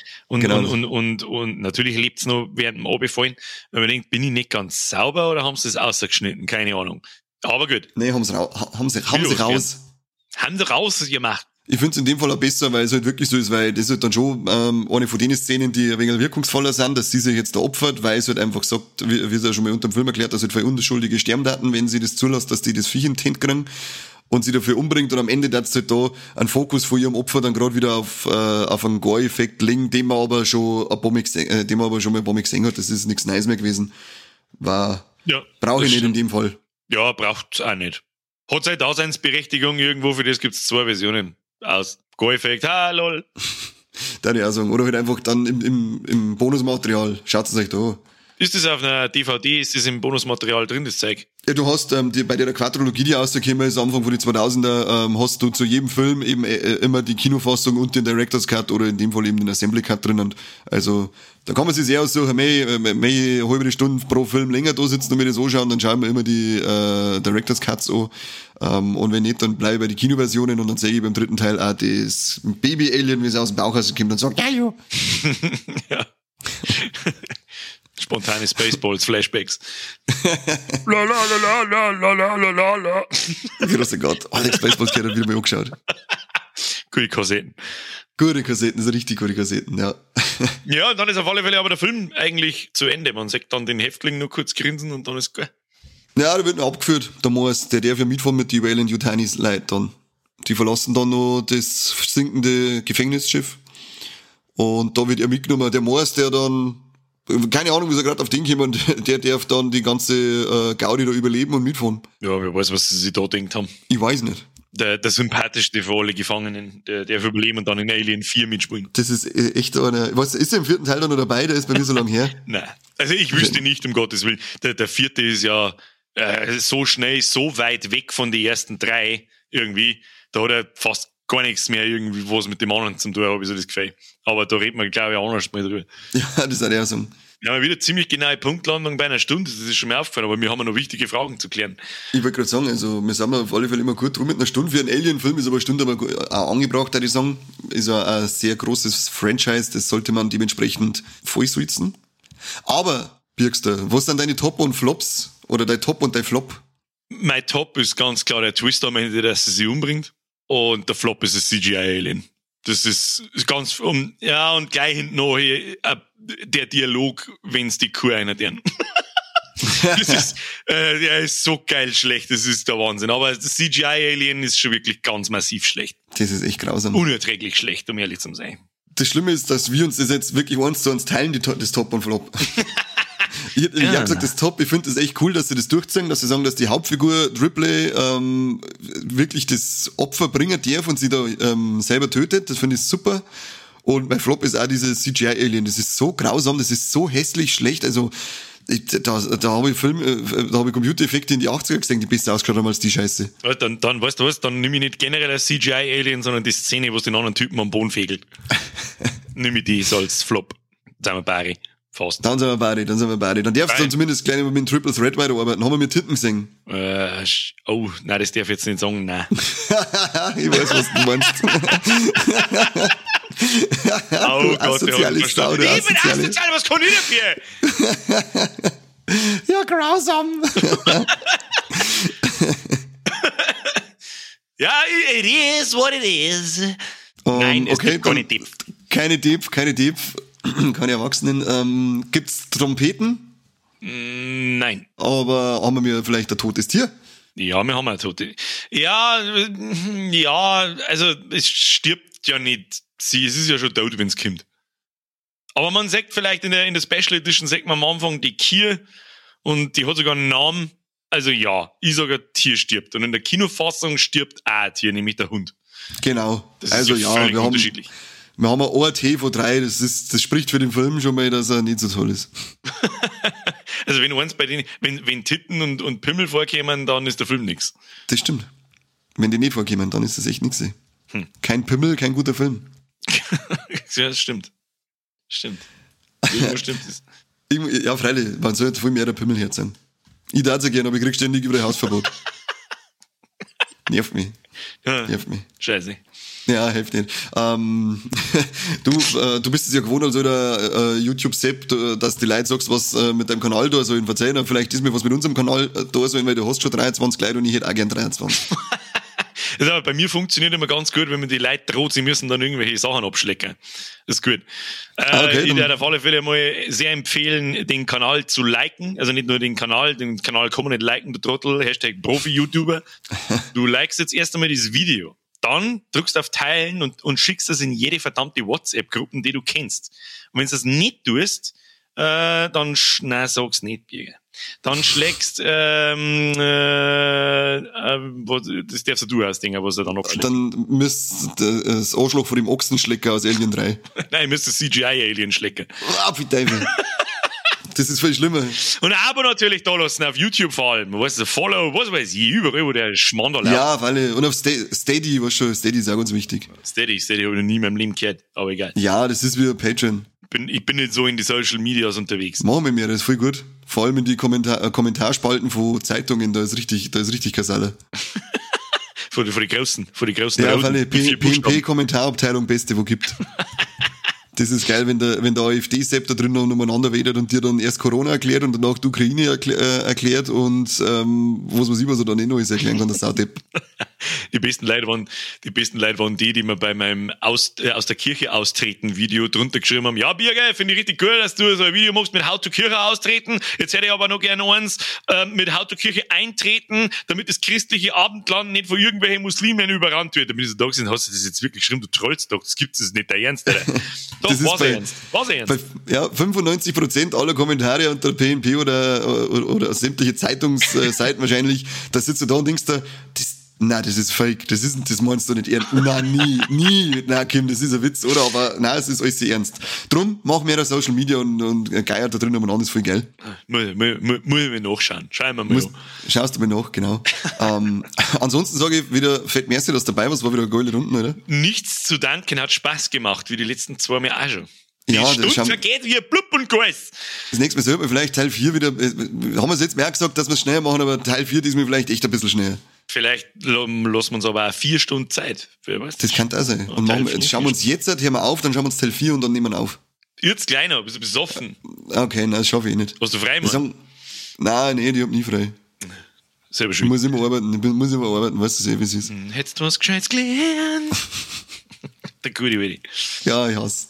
und natürlich lebt's noch während dem Abfallen, weil man denkt, bin ich nicht ganz sauber oder haben sie das ausgeschnitten? Keine Ahnung. Aber gut. Nee, haben sie raus. Haben sie raus gemacht. Ich finde es in dem Fall auch besser, weil es halt wirklich so ist, weil das halt dann schon eine von den Szenen, die ein wenig wirkungsvoller sind, dass sie sich jetzt da opfert, weil es halt einfach sagt, wie es ja schon mal unter dem Film erklärt, dass halt für Unschuldige sterben daten, wenn sie das zulässt, dass die das Viech in die Hände kriegen und sie dafür umbringt und am Ende darf halt da einen Fokus von ihrem Opfer dann gerade wieder auf einen Gore-Effekt legen, den man aber schon mal ein paar Mal gesehen hat. Das ist nichts Neues mehr gewesen. Brauche ich nicht in dem Fall. Ja, braucht's auch nicht. Hat seine Daseinsberechtigung irgendwo, für das gibt's 2 Versionen. Aus Go-Effekt, lol. Da ich auch sagen. Oder halt einfach dann im Bonusmaterial. Schaut es euch da an. Ist das auf einer DVD, ist das im Bonusmaterial drin, das Zeug? Ja, du hast bei der Quadrologie, die rausgekommen ist, Anfang von den 2000er, hast du zu jedem Film eben immer die Kinofassung und den Director's Cut oder in dem Fall eben den Assembly Cut drin. Und also da kann man sich sehr aussuchen, mehr halbe Stunde pro Film länger da sitzen und mir das anschauen, dann schauen wir immer die Director's Cuts an. Und wenn nicht, dann bleibe ich bei den Kinoversionen und dann sehe ich beim 3. Teil auch das Baby-Alien, wie es aus dem Bauch rauskommt und sagt, ja. Ja. Spontane Spaceballs, Flashbacks. Großer Gott, Alex Spaceballs hat wieder mal angeschaut. Gute Kassetten, das sind richtig gute Kassetten, ja. Ja, und dann ist auf alle Fälle aber der Film eigentlich zu Ende. Man sagt dann den Häftling nur kurz grinsen und dann ist geil. Ja, der wird noch abgeführt. Der Morris, der darf ja mitfahren mit die Wayland Yutanis Leute dann. Die verlassen dann noch das sinkende Gefängnisschiff. Und da wird er mitgenommen. Der Morris, der dann, keine Ahnung, wie er gerade auf den kommt, und der darf dann die ganze Gaudi da überleben und mitfahren. Ja, wer weiß, was sie sich da gedacht haben. Ich weiß nicht. Der sympathischste von alle Gefangenen, der darf überleben und dann in Alien 4 mitspielen. Das ist echt einer, was, ist der im 4. Teil dann noch dabei? Der ist bei mir so lang her. Nein, also ich wüsste nicht, um Gottes Willen. Der 4. ist ja so schnell, so weit weg von den ersten 3 irgendwie. Da hat er fast gar nichts mehr irgendwie was mit dem anderen zu tun, habe ich so das Gefühl. Aber da reden wir, glaube ich, anders mal drüber. Ja, das hat er so. Wir haben wieder ziemlich genaue Punktlandung bei einer Stunde, das ist schon mal aufgefallen, aber wir haben noch wichtige Fragen zu klären. Ich wollte gerade sagen, also wir sind auf alle Fälle immer gut drum mit einer Stunde. Für einen Alien-Film ist aber eine Stunde aber auch angebracht, würde ich sagen. Ist ein sehr großes Franchise, das sollte man dementsprechend vollswitzen. Aber, Birgster, was sind deine Top und Flops? Oder dein Top und dein Flop? Mein Top ist ganz klar der Twist am Ende, dass sie umbringt. Und der Flop ist das CGI-Alien. Das ist ganz, und gleich hinten noch der Dialog, wenn's die Kuh einer deren. Das ist, der ist so geil schlecht, das ist der Wahnsinn. Aber das CGI-Alien ist schon wirklich ganz massiv schlecht. Das ist echt grausam. Unerträglich schlecht, um ehrlich zu sein. Das Schlimme ist, dass wir uns das jetzt wirklich 1:1 teilen, das Top und Flop. Ich hab gesagt, das Top, ich finde das echt cool, dass sie das durchziehen, dass sie sagen, dass die Hauptfigur Ripley wirklich das Opfer bringen darf und sie da selber tötet. Das finde ich super. Und mein Flop ist auch dieses CGI-Alien. Das ist so grausam, das ist so hässlich schlecht. Also da habe ich Computereffekte in die 80er gesehen, die besser ausgeschaut haben als die Scheiße. Dann weißt du was, dann nehme ich nicht generell ein CGI-Alien, sondern die Szene, wo es den anderen Typen am Boden fegelt. Nehme ich die so als Flop. Sagen wir Barry. Fast. Dann sind wir beide. Dann darfst du dann zumindest gleich mit dem Triple Threat weiterarbeiten. Haben wir mit Titten gesehen? Nein, das darf ich jetzt nicht sagen, nein. Ich weiß, was du meinst. Oh Gott, asoziale Sau, du ich bin asozial, was kann ich dafür? Ja, grausam. Ja, it is what it is. Nein, es okay, gibt keine Dieb. Keine Dieb. Keine Erwachsenen. Gibt's Trompeten? Nein. Aber haben wir vielleicht ein totes Tier? Ja, wir haben ein totes. Ja, also es stirbt ja nicht. Es ist ja schon tot, wenn's kommt. Aber man sagt vielleicht in der Special Edition, sagt man am Anfang die Kier und die hat sogar einen Namen. Also ja, ich sage, ein Tier stirbt. Und in der Kinofassung stirbt auch ein Tier, nämlich der Hund. Genau. Das ist ja völlig unterschiedlich. Wir haben ein ORT von 3, das spricht für den Film schon mal, dass er nicht so toll ist. Also wenn Titten und Pimmel vorkämen, dann ist der Film nix. Das stimmt. Wenn die nicht vorkommen, dann ist das echt nix. Kein Pimmel, kein guter Film. Ja, das stimmt. Irgendwo stimmt es. Ja, freilich, man sollte viel mehr der Pimmelherz sein. Ich darf es ja gerne, aber ich krieg ständig überall Hausverbot. Nervt mich. Ja, scheiße. Ja, hilft nicht. Du bist es ja gewohnt als der YouTube-Sepp, dass die Leute sagst, was mit deinem Kanal da sollen verzeihen. Vielleicht ist mir was mit unserem Kanal da sollen, weil du hast schon 23 Leute und ich hätte auch gern 23. Das aber bei mir funktioniert immer ganz gut, wenn man die Leute droht, sie müssen dann irgendwelche Sachen abschlecken. Das ist gut. Okay, ich werde auf alle Fälle mal sehr empfehlen, den Kanal zu liken. Also nicht nur den Kanal kann man nicht liken, du Trottel, Hashtag Profi-YouTuber. Du likest jetzt erst einmal dieses Video. Dann drückst du auf Teilen und schickst das in jede verdammte WhatsApp-Gruppen, die du kennst. Und wenn du das nicht tust, dann, sag's nicht, Birger. Dann schlägst, das darfst du ausdenken, was er dann abschlägt. Dann müsste das Anschlag von dem Ochsenschlecker aus Alien 3. Nein, ich müsste CGI-Alien schlecken. Wie Teufel. Das ist viel schlimmer. Und ein Abo natürlich da lassen, auf YouTube vor allem. Weißt du, Follow, was weiß ich, überall, wo der Schmarrn da läuft. Ja, weil, und auf Steady, weißt du, Steady ist auch ganz wichtig. Steady habe ich noch nie in meinem Leben gehört, aber egal. Ja, das ist wie ein Patreon. Ich bin nicht so in die Social Medias unterwegs. Machen wir mehr, das ist voll gut. Vor allem in die Kommentarspalten von Zeitungen, da ist richtig Kasala. Von die großen. Ja, weil die PNP-Kommentarabteilung beste, wo gibt. Das ist geil, wenn der AfD-Sepp da drin noch umeinander wedert und dir dann erst Corona erklärt und danach die Ukraine erklärt und was weiß ich, was er dann eh noch alles erklären kann, das Saudepp. Die besten Leute waren die mir bei meinem aus der Kirche austreten Video drunter geschrieben haben, ja Birger, finde ich richtig cool, dass du so ein Video machst mit How to Kirche austreten. Jetzt hätte ich aber noch gerne eins mit How to Kirche eintreten, damit das christliche Abendland nicht von irgendwelchen Muslimen überrannt wird. Damit ich so da gesehen, hast du das jetzt wirklich geschrieben, du trollst doch, das gibt's das nicht, der Ernst, Alter. Doch, was ernst. Ja, 95% aller Kommentare unter PNP oder sämtliche Zeitungsseiten wahrscheinlich, da sitzt du da und denkst da, das ist fake, das meinst du nicht ernst. Nein, nie. Nein, Kim, das ist ein Witz, oder? Aber nein, es ist alles sehr ernst. Drum, mach mehr Social Media und geiert da drin umeinander, ist voll geil. Muss ich mir nachschauen. Schauen wir mal. Schaust du mir nach, genau. Ansonsten sage ich wieder fett merci, dass du dabei warst, war wieder eine geile Runde, oder? Nichts zu danken, hat Spaß gemacht, wie die letzten 2 Mal auch schon. Die Stunde vergeht wie Blub und Gas. Das nächste Mal sollten wir vielleicht Teil 4 wieder, haben wir es jetzt mehr gesagt, dass wir es schneller machen, aber Teil 4 diesmal vielleicht echt ein bisschen schneller. Vielleicht lassen wir uns aber auch 4 Stunden Zeit. Wer weiß. Das kann auch sein. Und schauen wir uns jetzt, hören wir auf, dann schauen wir uns Teil 4 und dann nehmen wir auf. Jetzt kleiner, bist du besoffen? Okay, nein, das schaffe ich nicht. Hast du frei, Mann? Nein, ich hab nie frei. Selber schön. Ich muss immer arbeiten, weißt du, wie es ist. Hättest du was Gescheites gelernt? Der gute Willi. Ja, ich hasse.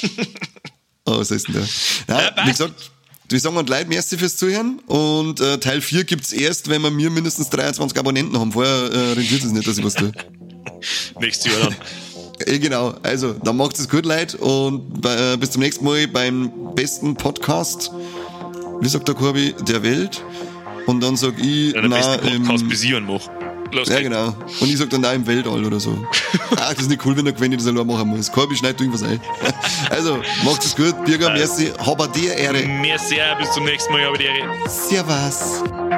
Was ist denn da? Nein, wie gesagt, wir sagen an die Leute, merci fürs Zuhören und Teil 4 gibt's erst, wenn wir mindestens 23 Abonnenten haben. Vorher rentiert es nicht, dass ich was tue. Nächstes Jahr dann. Genau, also, dann macht es gut, Leute, und bis zum nächsten Mal beim besten Podcast, wie sagt der Corby, der Welt. Und dann sag ich, der besten Podcast bis ich mach. Ja, genau. Und ich sag dann im Weltall oder so. Ach, das ist nicht cool, wenn der Gwenny das allein machen muss. Corby, schneid du irgendwas ein. Also, macht es gut. Birger, merci. Hab dir Ehre. Merci, bis zum nächsten Mal. Hab dir Ehre. Servus.